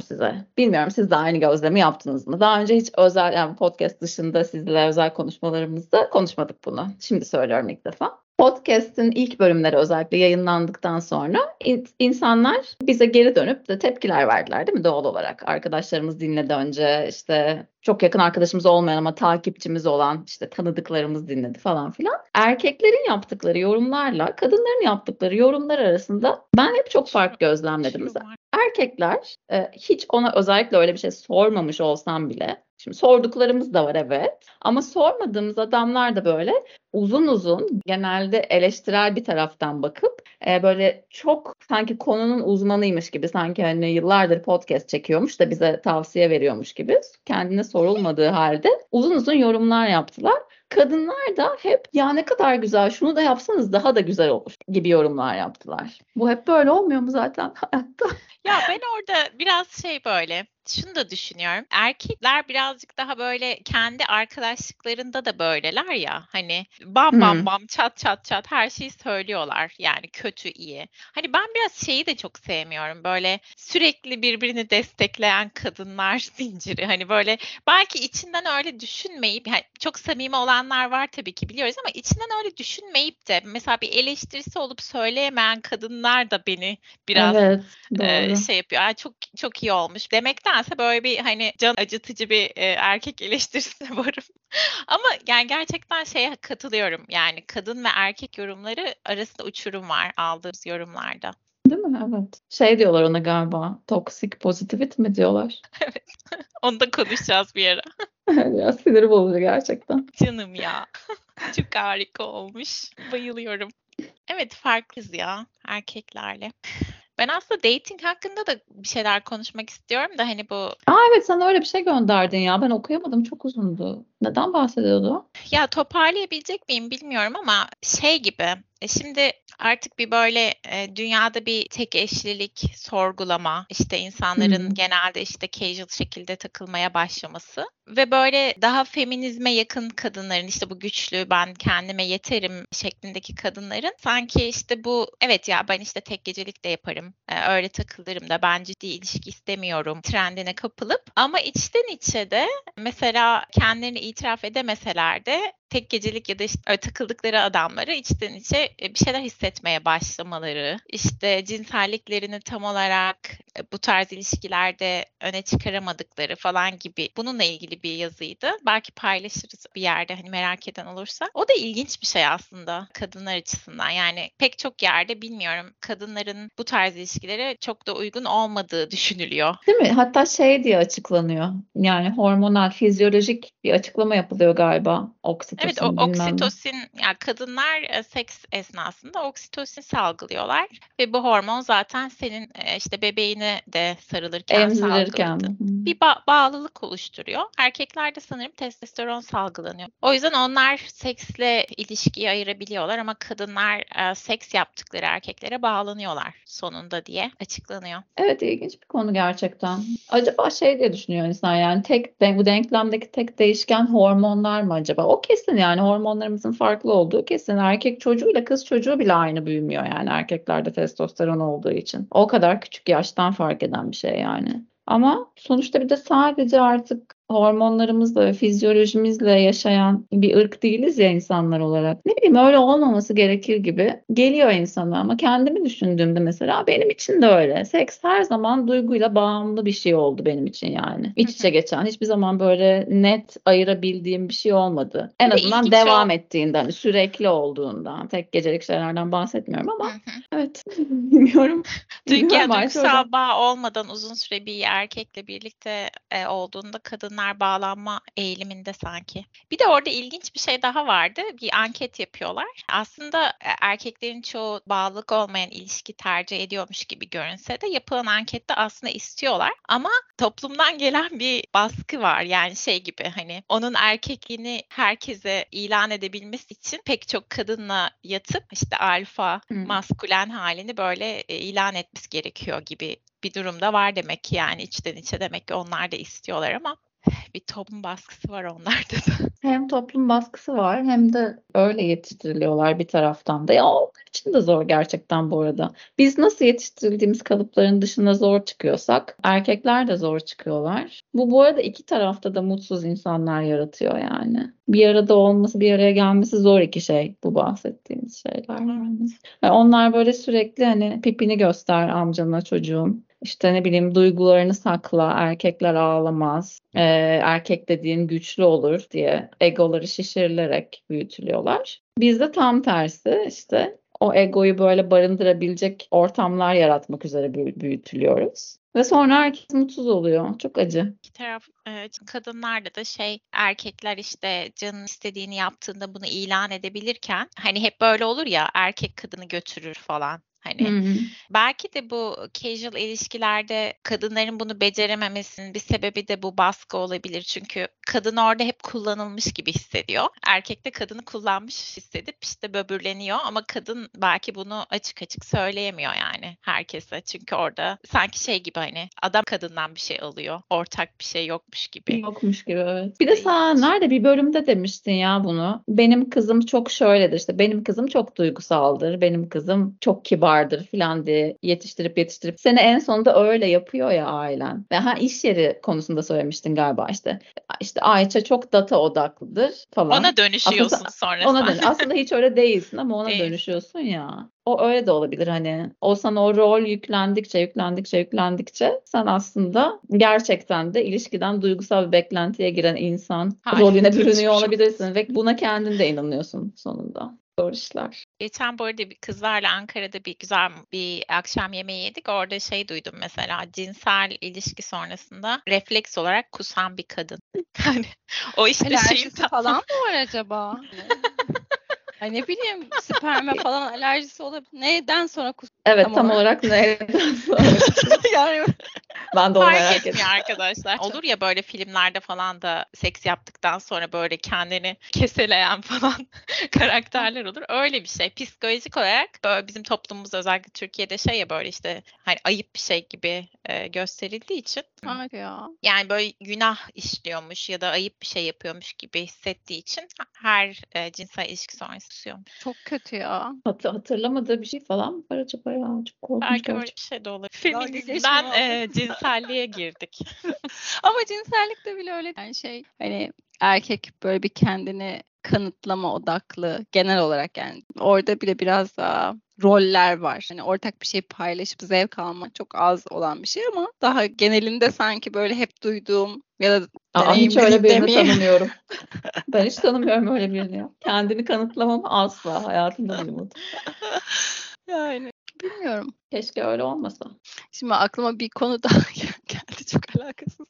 Bilmiyorum siz de aynı gözlemi yaptınız mı? Daha önce hiç özel yani podcast dışında sizle özel konuşmalarımızda konuşmadık bunu. Şimdi söylüyorum ilk defa. Podcast'in ilk bölümleri özellikle yayınlandıktan sonra insanlar bize geri dönüp de tepkiler verdiler değil mi doğal olarak? Arkadaşlarımız dinledi önce işte çok yakın arkadaşımız olmayan ama takipçimiz olan işte tanıdıklarımız dinledi falan filan. Erkeklerin yaptıkları yorumlarla kadınların yaptıkları yorumlar arasında ben hep çok fark gözlemledim. Mesela erkekler hiç ona özellikle öyle bir şey sormamış olsam bile şimdi sorduklarımız da var evet ama sormadığımız adamlar da böyle uzun uzun genelde eleştirel bir taraftan bakıp böyle çok sanki konunun uzmanıymış gibi sanki hani yıllardır podcast çekiyormuş da bize tavsiye veriyormuş gibi kendine sorulmadığı halde uzun uzun yorumlar yaptılar. Kadınlar da hep ya ne kadar güzel şunu da yapsanız daha da güzel olur gibi yorumlar yaptılar. Bu hep böyle olmuyor mu zaten hayatta? Ya ben orada biraz böyle şunu da düşünüyorum. Erkekler birazcık daha böyle kendi arkadaşlıklarında da böyleler ya. Hani bam bam bam çat çat çat her şeyi söylüyorlar. Yani kötü iyi. Hani ben biraz şeyi de çok sevmiyorum. Böyle sürekli birbirini destekleyen kadınlar zinciri. Hani böyle belki içinden öyle düşünmeyip yani çok samimi olanlar var tabii ki biliyoruz ama içinden öyle düşünmeyip de mesela bir eleştirisi olup söyleyemeyen kadınlar da beni biraz Evet, doğru. yapıyor. Ay çok çok iyi olmuş. Demektense böyle bir hani can acıtıcı bir erkek eleştirisine varım. Ama yani gerçekten şeye katılıyorum. Yani kadın ve erkek yorumları arasında uçurum var aldığımız yorumlarda. Değil mi? Evet. Şey diyorlar ona galiba. Toxic positivity mi diyorlar? Evet. Onu da konuşacağız bir ara. Biraz sinir bozucu gerçekten. Canım ya. Çok harika olmuş. Bayılıyorum. Evet farklıyız ya erkeklerle. Ben aslında dating hakkında da bir şeyler konuşmak istiyorum da hani bu Evet sen öyle bir şey gönderdin ya. Ben okuyamadım çok uzundu. Neden bahsediyordu? ya toparlayabilecek miyim bilmiyorum ama gibi şimdi artık bir böyle dünyada bir tek eşlilik sorgulama işte insanların genelde işte casual şekilde takılmaya başlaması ve böyle daha feminizme yakın kadınların işte bu güçlü ben kendime yeterim şeklindeki kadınların sanki işte bu evet ya ben işte tek gecelik de yaparım öyle takılırım da ben ciddi ilişki istemiyorum trendine kapılıp ama içten içe de mesela kendilerini itiraf edemeseler de tek gecelik ya da işte takıldıkları adamları içten içe bir şeyler hissetmeye başlamaları, işte cinselliklerini tam olarak bu tarz ilişkilerde öne çıkaramadıkları falan gibi bununla ilgili bir yazıydı. Belki paylaşırız bir yerde hani merak eden olursa. O da ilginç bir şey aslında kadınlar açısından. Yani pek çok yerde bilmiyorum kadınların bu tarz ilişkilere çok da uygun olmadığı düşünülüyor. Değil mi? Hatta şey diye açıklanıyor. Yani hormonal, fizyolojik bir açıklama yapılıyor galiba. Evet, Oksitosin bilmem ne. oksitosin yani kadınlar seks esnasında oksitosin salgılıyorlar ve bu hormon zaten senin işte bebeğine de sarılırken Emzirirken. salgıladığın bir bağlılık oluşturuyor. Erkeklerde sanırım testosteron salgılanıyor. O yüzden onlar seksle ilişkiyi ayırabiliyorlar ama kadınlar seks yaptıkları erkeklere bağlanıyorlar sonunda diye açıklanıyor. Evet ilginç bir konu gerçekten. Acaba şey diye düşünüyor insan yani bu denklemdeki tek değişken hormonlar mı acaba? O kesin yani hormonlarımızın farklı olduğu kesin. Erkek çocuğuyla kız çocuğu bile aynı büyümüyor yani erkeklerde testosteron olduğu için. O kadar küçük yaştan fark eden bir şey yani. Ama sonuçta bir de sadece artık hormonlarımızla ve fizyolojimizle yaşayan bir ırk değiliz ya insanlar olarak. Ne bileyim öyle olmaması gerekir gibi geliyor insana ama kendimi düşündüğümde mesela benim için de öyle. Seks her zaman duyguyla bağımlı bir şey oldu benim için yani. İç içe geçen hiçbir zaman böyle net ayırabildiğim bir şey olmadı. En Bir de azından ilginç devam ettiğinde hani sürekli olduğundan tek gecelik şeylerden bahsetmiyorum ama evet bilmiyorum. Bilmiyorum Yani Ayşe hocam. duygusal bağ olmadan uzun süre bir erkekle birlikte olduğunda kadınlar bağlanma eğiliminde sanki. Bir de orada ilginç bir şey daha vardı. Bir anket yapıyorlar. Aslında erkeklerin çoğu bağlılık olmayan ilişki tercih ediyormuş gibi görünse de yapılan ankette aslında istiyorlar. Ama toplumdan gelen bir baskı var. Yani gibi hani onun erkekliğini herkese ilan edebilmesi için pek çok kadınla yatıp işte alfa, maskülen halini böyle ilan etmesi gerekiyor gibi bir durumda var demek ki yani içten içe demek ki onlar da istiyorlar ama bir toplum baskısı var onlarda da. Hem toplum baskısı var hem de öyle yetiştiriliyorlar bir taraftan da. Ya onlar için de zor gerçekten bu arada. Biz nasıl yetiştirildiğimiz kalıpların dışında zor çıkıyorsak erkekler de zor çıkıyorlar. Bu arada iki tarafta da mutsuz insanlar yaratıyor yani. Bir arada olması, bir araya gelmesi zor iki şey bu bahsettiğimiz şeyler yani. Ve onlar böyle sürekli hani pipini göster amcana çocuğum. İşte ne bileyim duygularını sakla, erkekler ağlamaz, erkek dediğin güçlü olur diye egoları şişirilerek büyütülüyorlar. Bizde tam tersi işte o egoyu böyle barındırabilecek ortamlar yaratmak üzere büyütülüyoruz. Ve sonra herkes mutsuz oluyor. Çok acı. İki taraf kadınlarda da erkekler işte canın istediğini yaptığında bunu ilan edebilirken hani hep böyle olur ya erkek kadını götürür falan. Hani belki de bu casual ilişkilerde kadınların bunu becerememesinin bir sebebi de bu baskı olabilir. Çünkü kadın orada hep kullanılmış gibi hissediyor. Erkek de kadını kullanmış hissedip işte böbürleniyor ama kadın belki bunu açık açık söyleyemiyor yani herkese. Çünkü orada sanki gibi hani adam kadından bir şey alıyor. Ortak bir şey yokmuş gibi. Yokmuş gibi evet. Bir de sen nerede bir bölümde demiştin ya bunu. Benim kızım çok şöyledir işte benim kızım çok duygusaldır. Benim kızım çok kibardır falan diye yetiştirip seni en sonunda öyle yapıyor ya ailen. Ve iş yeri konusunda söylemiştin galiba işte Ayça çok data odaklıdır falan. Ona dönüşüyorsun sonra. Aslında hiç öyle değilsin ama ona dönüşüyorsun ya. O öyle de olabilir hani. O sana o rol yüklendikçe sen aslında gerçekten de ilişkiden duygusal bir beklentiye giren insan rolüne bürünüyor olabilirsin ve buna kendin de inanıyorsun sonunda. Zor işler. Geçen bu arada bir kızlarla Ankara'da bir güzel bir akşam yemeği yedik. Orada duydum mesela cinsel ilişki sonrasında refleks olarak kusan bir kadın. Hani o işte alerjisi falan mı var acaba? Ay ne bileyim sperme falan alerjisi olabilir. Neyden sonra Evet tam olarak neyden sonra yani ben de onu fark merak etmiyor ettim. arkadaşlar. Olur ya böyle filmlerde falan da seks yaptıktan sonra böyle kendini keseleyen falan karakterler olur. Öyle bir şey. Psikolojik olarak böyle bizim toplumumuzda özellikle Türkiye'de ya böyle işte hani ayıp bir şey gibi gösterildiği için. Hadi ya. Yani böyle günah işliyormuş ya da ayıp bir şey yapıyormuş gibi hissettiği için her cinsel ilişki sonrası kusuyormuş. Çok kötü ya. Hatırlamadığı bir şey falan mı var acaba ya? Çok korkunç Belki öyle gerçekten. bir şey de olabilir. Dalga Filmin geçme diziden vallahi. cinselliğe girdik. Ama cinsellikte bile öyle yani hani erkek böyle bir kendini kanıtlama odaklı genel olarak yani orada bile biraz daha roller var. Hani ortak bir şey paylaşıp zevk almak çok az olan bir şey ama daha genelinde sanki böyle hep duyduğum ya da Hiç öyle birini demeyeyim. tanımıyorum. Ben hiç tanımıyorum öyle birini ya. Kendini kanıtlamamı asla hayatımda duymadım. Yani bilmiyorum. Keşke öyle olmasa. Şimdi aklıma bir konu daha geldi çok alakasız.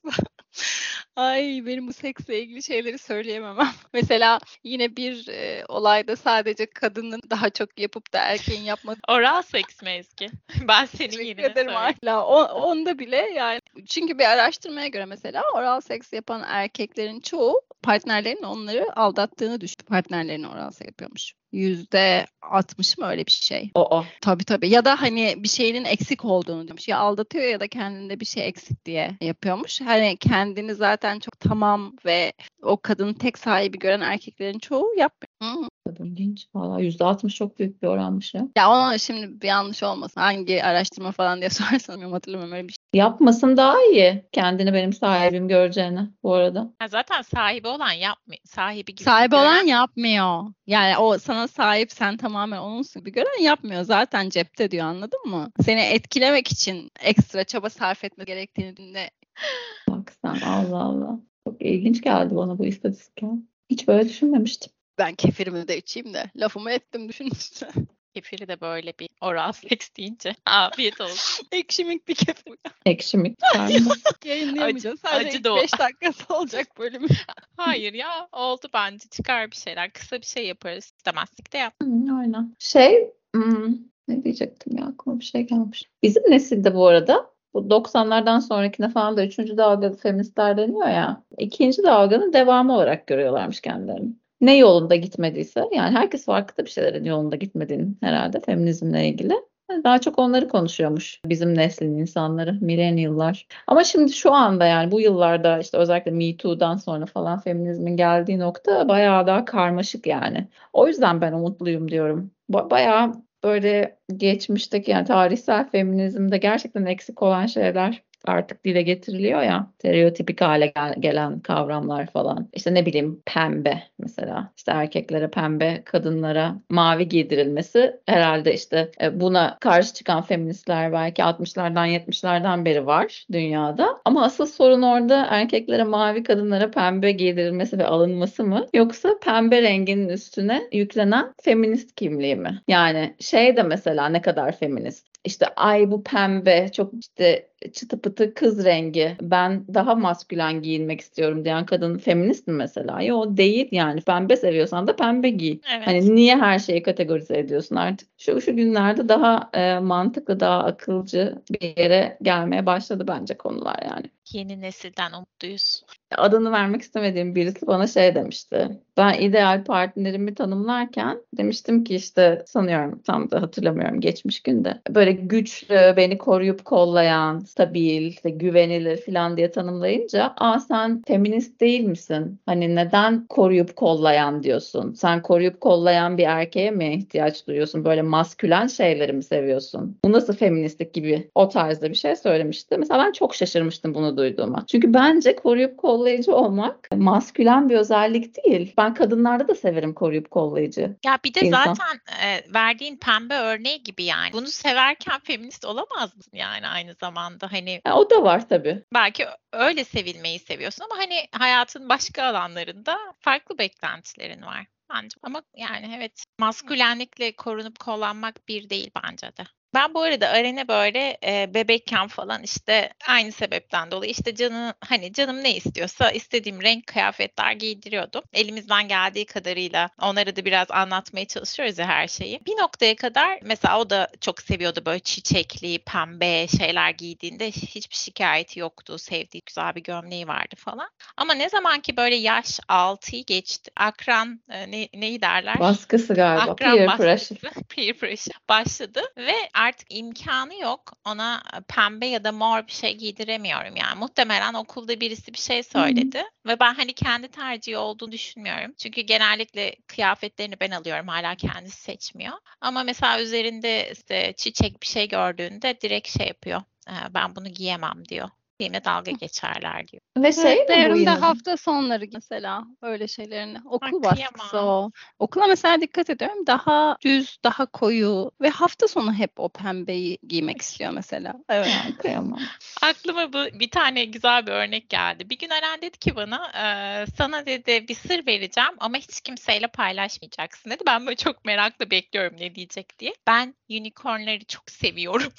Ay benim bu seksle ilgili şeyleri söyleyememem. Mesela yine bir olayda sadece kadının daha çok yapıp da erkeğin yapmadığı. Oral seks mi Ezgi? Ben senin Teşekkür yerine ederim söyleyeyim. hala. Onda bile yani. Çünkü bir araştırmaya göre mesela oral seks yapan erkeklerin çoğu partnerlerinin onları aldattığını düşünüyor. Partnerlerini oral seks yapıyormuş. %60 mı öyle bir şey? Tabii. Ya da hani bir şeyinin eksik olduğunu diyormuş. Ya aldatıyor ya da kendinde bir şey eksik diye yapıyormuş. Hani kendini zaten çok tamam ve o kadının tek sahibi gören erkeklerin çoğu yapmıyor. İlginç. Valla %60 çok büyük bir oranmış ya. Ya ona şimdi bir yanlış olmasın. Hangi araştırma falan diye sorarsan hatırlamıyorum öyle bir şey. Yapmasın daha iyi. Kendini benim sahibim göreceğine bu arada. Zaten sahibi olan yapmıyor. Sahibi gibi Sahibi gören olan yapmıyor. Yani o sana sahip sen tamamen onunsun gibi gören yapmıyor. Zaten cepte diyor anladın mı? Seni etkilemek için ekstra çaba sarf etme gerektiğini de. Bak sen Allah. Çok ilginç geldi bana bu istatistik. Hiç böyle düşünmemiştim. Ben kefirimi de içeyim de lafımı ettim düşünürse. Kefiri de böyle bir oral seks deyince afiyet olsun. Ekşimik bir kefir. Ekşimik karnında. Yayınlayamayacağız. Sadece acı ilk da o. 5 dakikası olacak bölümü. Hayır ya oldu bence çıkar bir şeyler. Kısa bir şey yaparız. İstemezdik de yap. Aynen. Ne diyecektim ya aklıma bir şey gelmiş. Bizim nesilde bu arada bu 90'lardan sonrakine falan da 3. dalga feministler deniyor ya. 2. dalganın devamı olarak görüyorlarmış kendilerini. Ne yolunda gitmediyse yani herkes farkında bir şeylerin yolunda gitmediğini herhalde feminizmle ilgili. Daha çok onları konuşuyormuş bizim neslin insanları, millennial'lar. Ama şimdi şu anda yani bu yıllarda işte özellikle Me Too'dan sonra falan feminizmin geldiği nokta bayağı daha karmaşık yani. O yüzden ben umutluyum diyorum. Bayağı böyle geçmişteki yani tarihsel feminizmde gerçekten eksik olan şeyler artık dile getiriliyor ya. Stereotipik hale gelen kavramlar falan. İşte ne bileyim pembe mesela. İşte erkeklere pembe, kadınlara mavi giydirilmesi herhalde işte buna karşı çıkan feministler belki 60'lardan 70'lerden beri var dünyada. Ama asıl sorun orada erkeklere mavi, kadınlara pembe giydirilmesi ve alınması mı? Yoksa pembe renginin üstüne yüklenen feminist kimliği mi? Yani şey de mesela ne kadar feminist? İşte ay bu pembe çok işte çıtı pıtı kız rengi. Ben daha maskülen giyinmek istiyorum diyen kadın feminist mi mesela? Yo değil yani. Pembe seviyorsan da pembe giy. Evet. Hani niye her şeyi kategorize ediyorsun artık? Şu günlerde daha mantıklı, daha akılcı bir yere gelmeye başladı bence konular yani. Yeni nesilden umutluyuz. Adını vermek istemediğim birisi bana şey demişti. Ben ideal partnerimi tanımlarken demiştim ki işte sanıyorum tam da hatırlamıyorum geçmiş günde. Böyle güçlü, beni koruyup kollayan, stabil, işte güvenilir falan diye tanımlayınca sen feminist değil misin? Hani neden koruyup kollayan diyorsun? Sen koruyup kollayan bir erkeğe mi ihtiyaç duyuyorsun? Böyle maskülen şeyleri mi seviyorsun? Bu nasıl feministlik gibi o tarzda bir şey söylemişti. Mesela ben çok şaşırmıştım bunu duyduğuma. Çünkü bence koruyup kollayıcı olmak maskülen bir özellik değil. Ben kadınlarda da severim koruyup kollayıcı Ya bir de insan. zaten verdiğin pembe örneği gibi yani. Bunu severken feminist olamaz mısın yani aynı zamanda? Hani O da var tabii. belki öyle sevilmeyi seviyorsun ama hani hayatın başka alanlarında farklı beklentilerin var bence. Ama yani evet maskülenlikle korunup kollanmak bir değil bence de. Ben bu arada Aren'e böyle bebekken falan işte aynı sebepten dolayı işte canım ne istiyorsa istediğim renk kıyafetler giydiriyordum. Elimizden geldiği kadarıyla onlara da biraz anlatmaya çalışıyoruz ya her şeyi. Bir noktaya kadar mesela o da çok seviyordu böyle çiçekli, pembe şeyler giydiğinde hiçbir şikayeti yoktu. Sevdiği güzel bir gömleği vardı falan. Ama ne zaman ki böyle yaş 6'yı geçti, akran neyi derler? Baskısı galiba. Akran Peer baskısı, pressure. peer pressure başladı ve artık imkanı yok. Ona pembe ya da mor bir şey giydiremiyorum yani. Muhtemelen okulda birisi bir şey söyledi ve ben hani kendi tercihi olduğunu düşünmüyorum. Çünkü genellikle kıyafetlerini ben alıyorum. Hala kendisi seçmiyor. Ama mesela üzerinde işte çiçek bir şey gördüğünde direkt şey yapıyor. Ben bunu giyemem diyor. Benimle dalga geçerler diyor. Ve şey Evet, mi bu devrimde yine? hafta sonları mesela öyle şeylerini. Ay Okul baskısı kıyamam. o. Okula mesela dikkat ediyorum. Daha düz, daha koyu ve hafta sonu hep o pembeyi giymek istiyor mesela. Evet. Ya kıyamam. Aklıma bir tane güzel bir örnek geldi. Bir gün Eren dedi ki bana sana dedi bir sır vereceğim ama hiç kimseyle paylaşmayacaksın dedi. Ben böyle çok merakla bekliyorum ne diyecek diye. Ben unicornları çok seviyorum.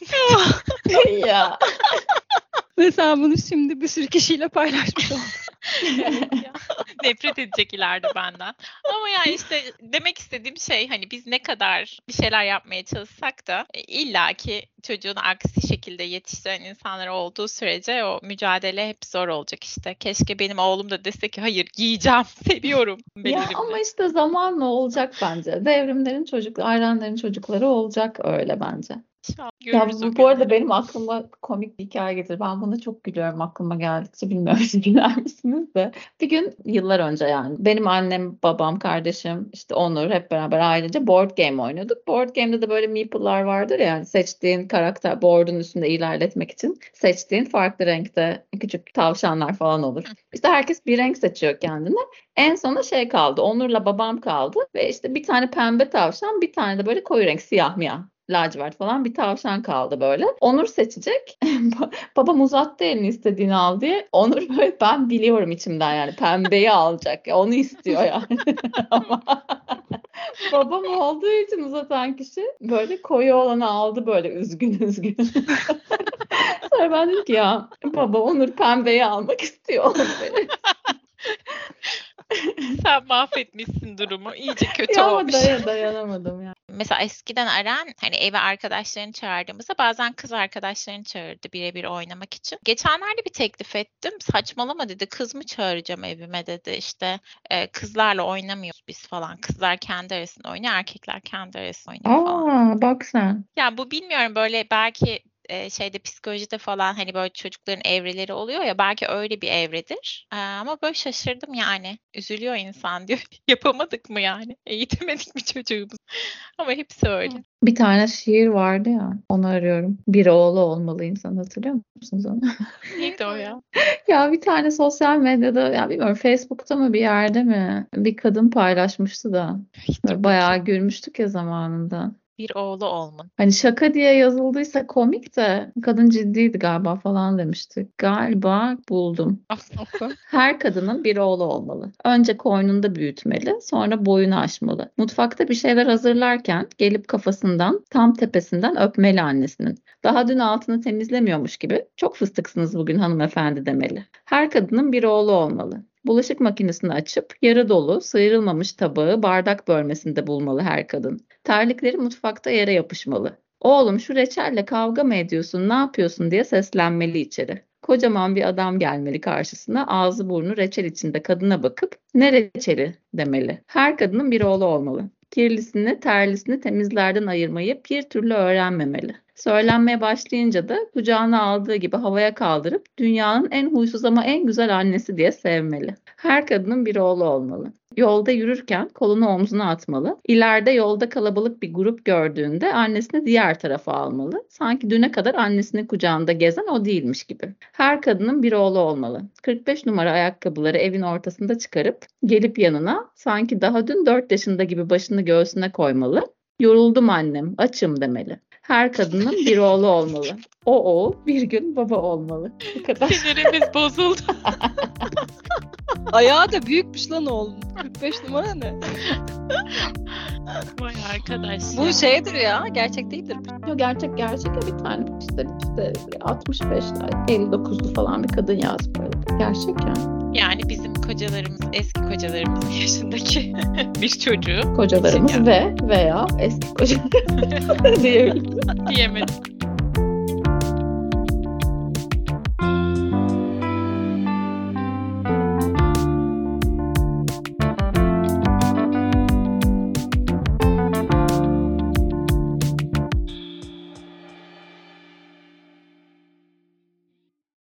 Ya. Mesela bunu şimdi bir sürü kişiyle paylaşmış oldum. Evet ya. Nefret edecek ileride benden. Ama yani işte demek istediğim şey hani biz ne kadar bir şeyler yapmaya çalışsak da illaki çocuğunu aksi şekilde yetiştiren insanlar olduğu sürece o mücadele hep zor olacak işte. Keşke benim oğlum da dese ki hayır giyeceğim, seviyorum Ya ama belirimle. işte zamanla olacak bence. Devrimlerin çocukları, Ayranların çocukları olacak öyle bence. İnşallah Ya görürüz o bu arada günleri. benim aklıma komik bir hikaye getir. Ben buna çok gülüyorum aklıma geldikçe. Bilmiyorum siz güler misiniz de. Bir gün yıllar önce yani benim annem, babam, kardeşim, işte Onur hep beraber ailece board game oynuyorduk. Board game'de de böyle meeple'lar vardır ya yani seçtiğin karakter board'un üstünde ilerletmek için seçtiğin farklı renkte küçük tavşanlar falan olur. İşte herkes bir renk seçiyor kendine. En sona şey kaldı. Onur'la babam kaldı ve işte bir tane pembe tavşan, bir tane de böyle koyu renk siyah miyah lacivert falan bir tavşan kaldı böyle. Onur seçecek. Babam uzattı elini istediğini al diye. Onur böyle ben biliyorum içimden yani pembeyi alacak. Onu istiyor yani. Ama babam olduğu için uzatan kişi böyle koyu olanı aldı böyle üzgün üzgün. Sonra ben dedim ki ya baba Onur pembeyi almak istiyor onu böyle. Sen mahvetmişsin durumu. İyice kötü Ya ama olmuş. dayanamadım ya. Mesela eskiden Aren hani eve arkadaşlarını çağırdığımızda bazen kız arkadaşlarını çağırdı birebir oynamak için. Geçenlerde bir teklif ettim. Saçmalama dedi. Kız mı çağıracağım evime dedi. İşte kızlarla oynamıyoruz biz falan. Kızlar kendi arasında oynuyor, erkekler kendi arasında oynuyor falan. Bak sen. Ya bu bilmiyorum böyle belki şeyde psikolojide falan hani böyle çocukların evreleri oluyor ya belki öyle bir evredir. Ama böyle şaşırdım yani. Üzülüyor insan diyor. Yapamadık mı yani? Eğitemedik mi çocuğumuzu? Ama hepsi öyle. Bir tane şiir vardı ya. Onu arıyorum. Bir oğlu olmalı insan, hatırlıyor musunuz onu? Neydi o ya? Ya bir tane sosyal medyada, ya bilmiyorum Facebook'ta mı bir yerde mi, bir kadın paylaşmıştı da böyle bayağı gülmüştük ya zamanında. Bir oğlu olmun. Hani şaka diye yazıldıysa komik de kadın ciddiydi galiba falan demişti. Galiba buldum. Her kadının bir oğlu olmalı. Önce koynunda büyütmeli, sonra boyunu aşmalı. Mutfakta bir şeyler hazırlarken gelip kafasından, tam tepesinden öpmeli annesinin. Daha dün altını temizlemiyormuş gibi, çok fıstıksınız bugün hanımefendi demeli. Her kadının bir oğlu olmalı. Bulaşık makinesini açıp yarı dolu, sıyrılmamış tabağı bardak bölmesinde bulmalı her kadın. Terlikleri mutfakta yere yapışmalı. Oğlum şu reçelle kavga mı ediyorsun, ne yapıyorsun diye seslenmeli içeri. Kocaman bir adam gelmeli karşısına, ağzı burnu reçel içinde kadına bakıp ne reçeli demeli. Her kadının bir oğlu olmalı. Kirlisini, terlisini temizlerden ayırmayı bir türlü öğrenmemeli. Söylenmeye başlayınca da kucağına aldığı gibi havaya kaldırıp dünyanın en huysuz ama en güzel annesi diye sevmeli. Her kadının bir oğlu olmalı. Yolda yürürken kolunu omzuna atmalı. İleride yolda kalabalık bir grup gördüğünde annesini diğer tarafa almalı. Sanki düne kadar annesinin kucağında gezen o değilmiş gibi. Her kadının bir oğlu olmalı. 45 numara ayakkabıları evin ortasında çıkarıp gelip yanına sanki daha dün 4 yaşında gibi başını göğsüne koymalı. Yoruldum annem, açım demeli. Her kadının bir oğlu olmalı. O oğul bir gün baba olmalı. Bu kadar. Sinirimiz bozuldu. Ayağı da büyükmüş lan oğlum. 45 numara ne? Vay arkadaş. Bu şeydir ya. Gerçek değildir. Yok, gerçek ya, bir tane işte 65'ler 59'lu falan bir kadın yazmış böyle. Gerçek yani. Yani bizim kocalarımız, eski kocalarımızın yaşındaki bir çocuğu. Kocalarımız veya eski kocalarımız diyebilirim. Diyemedim.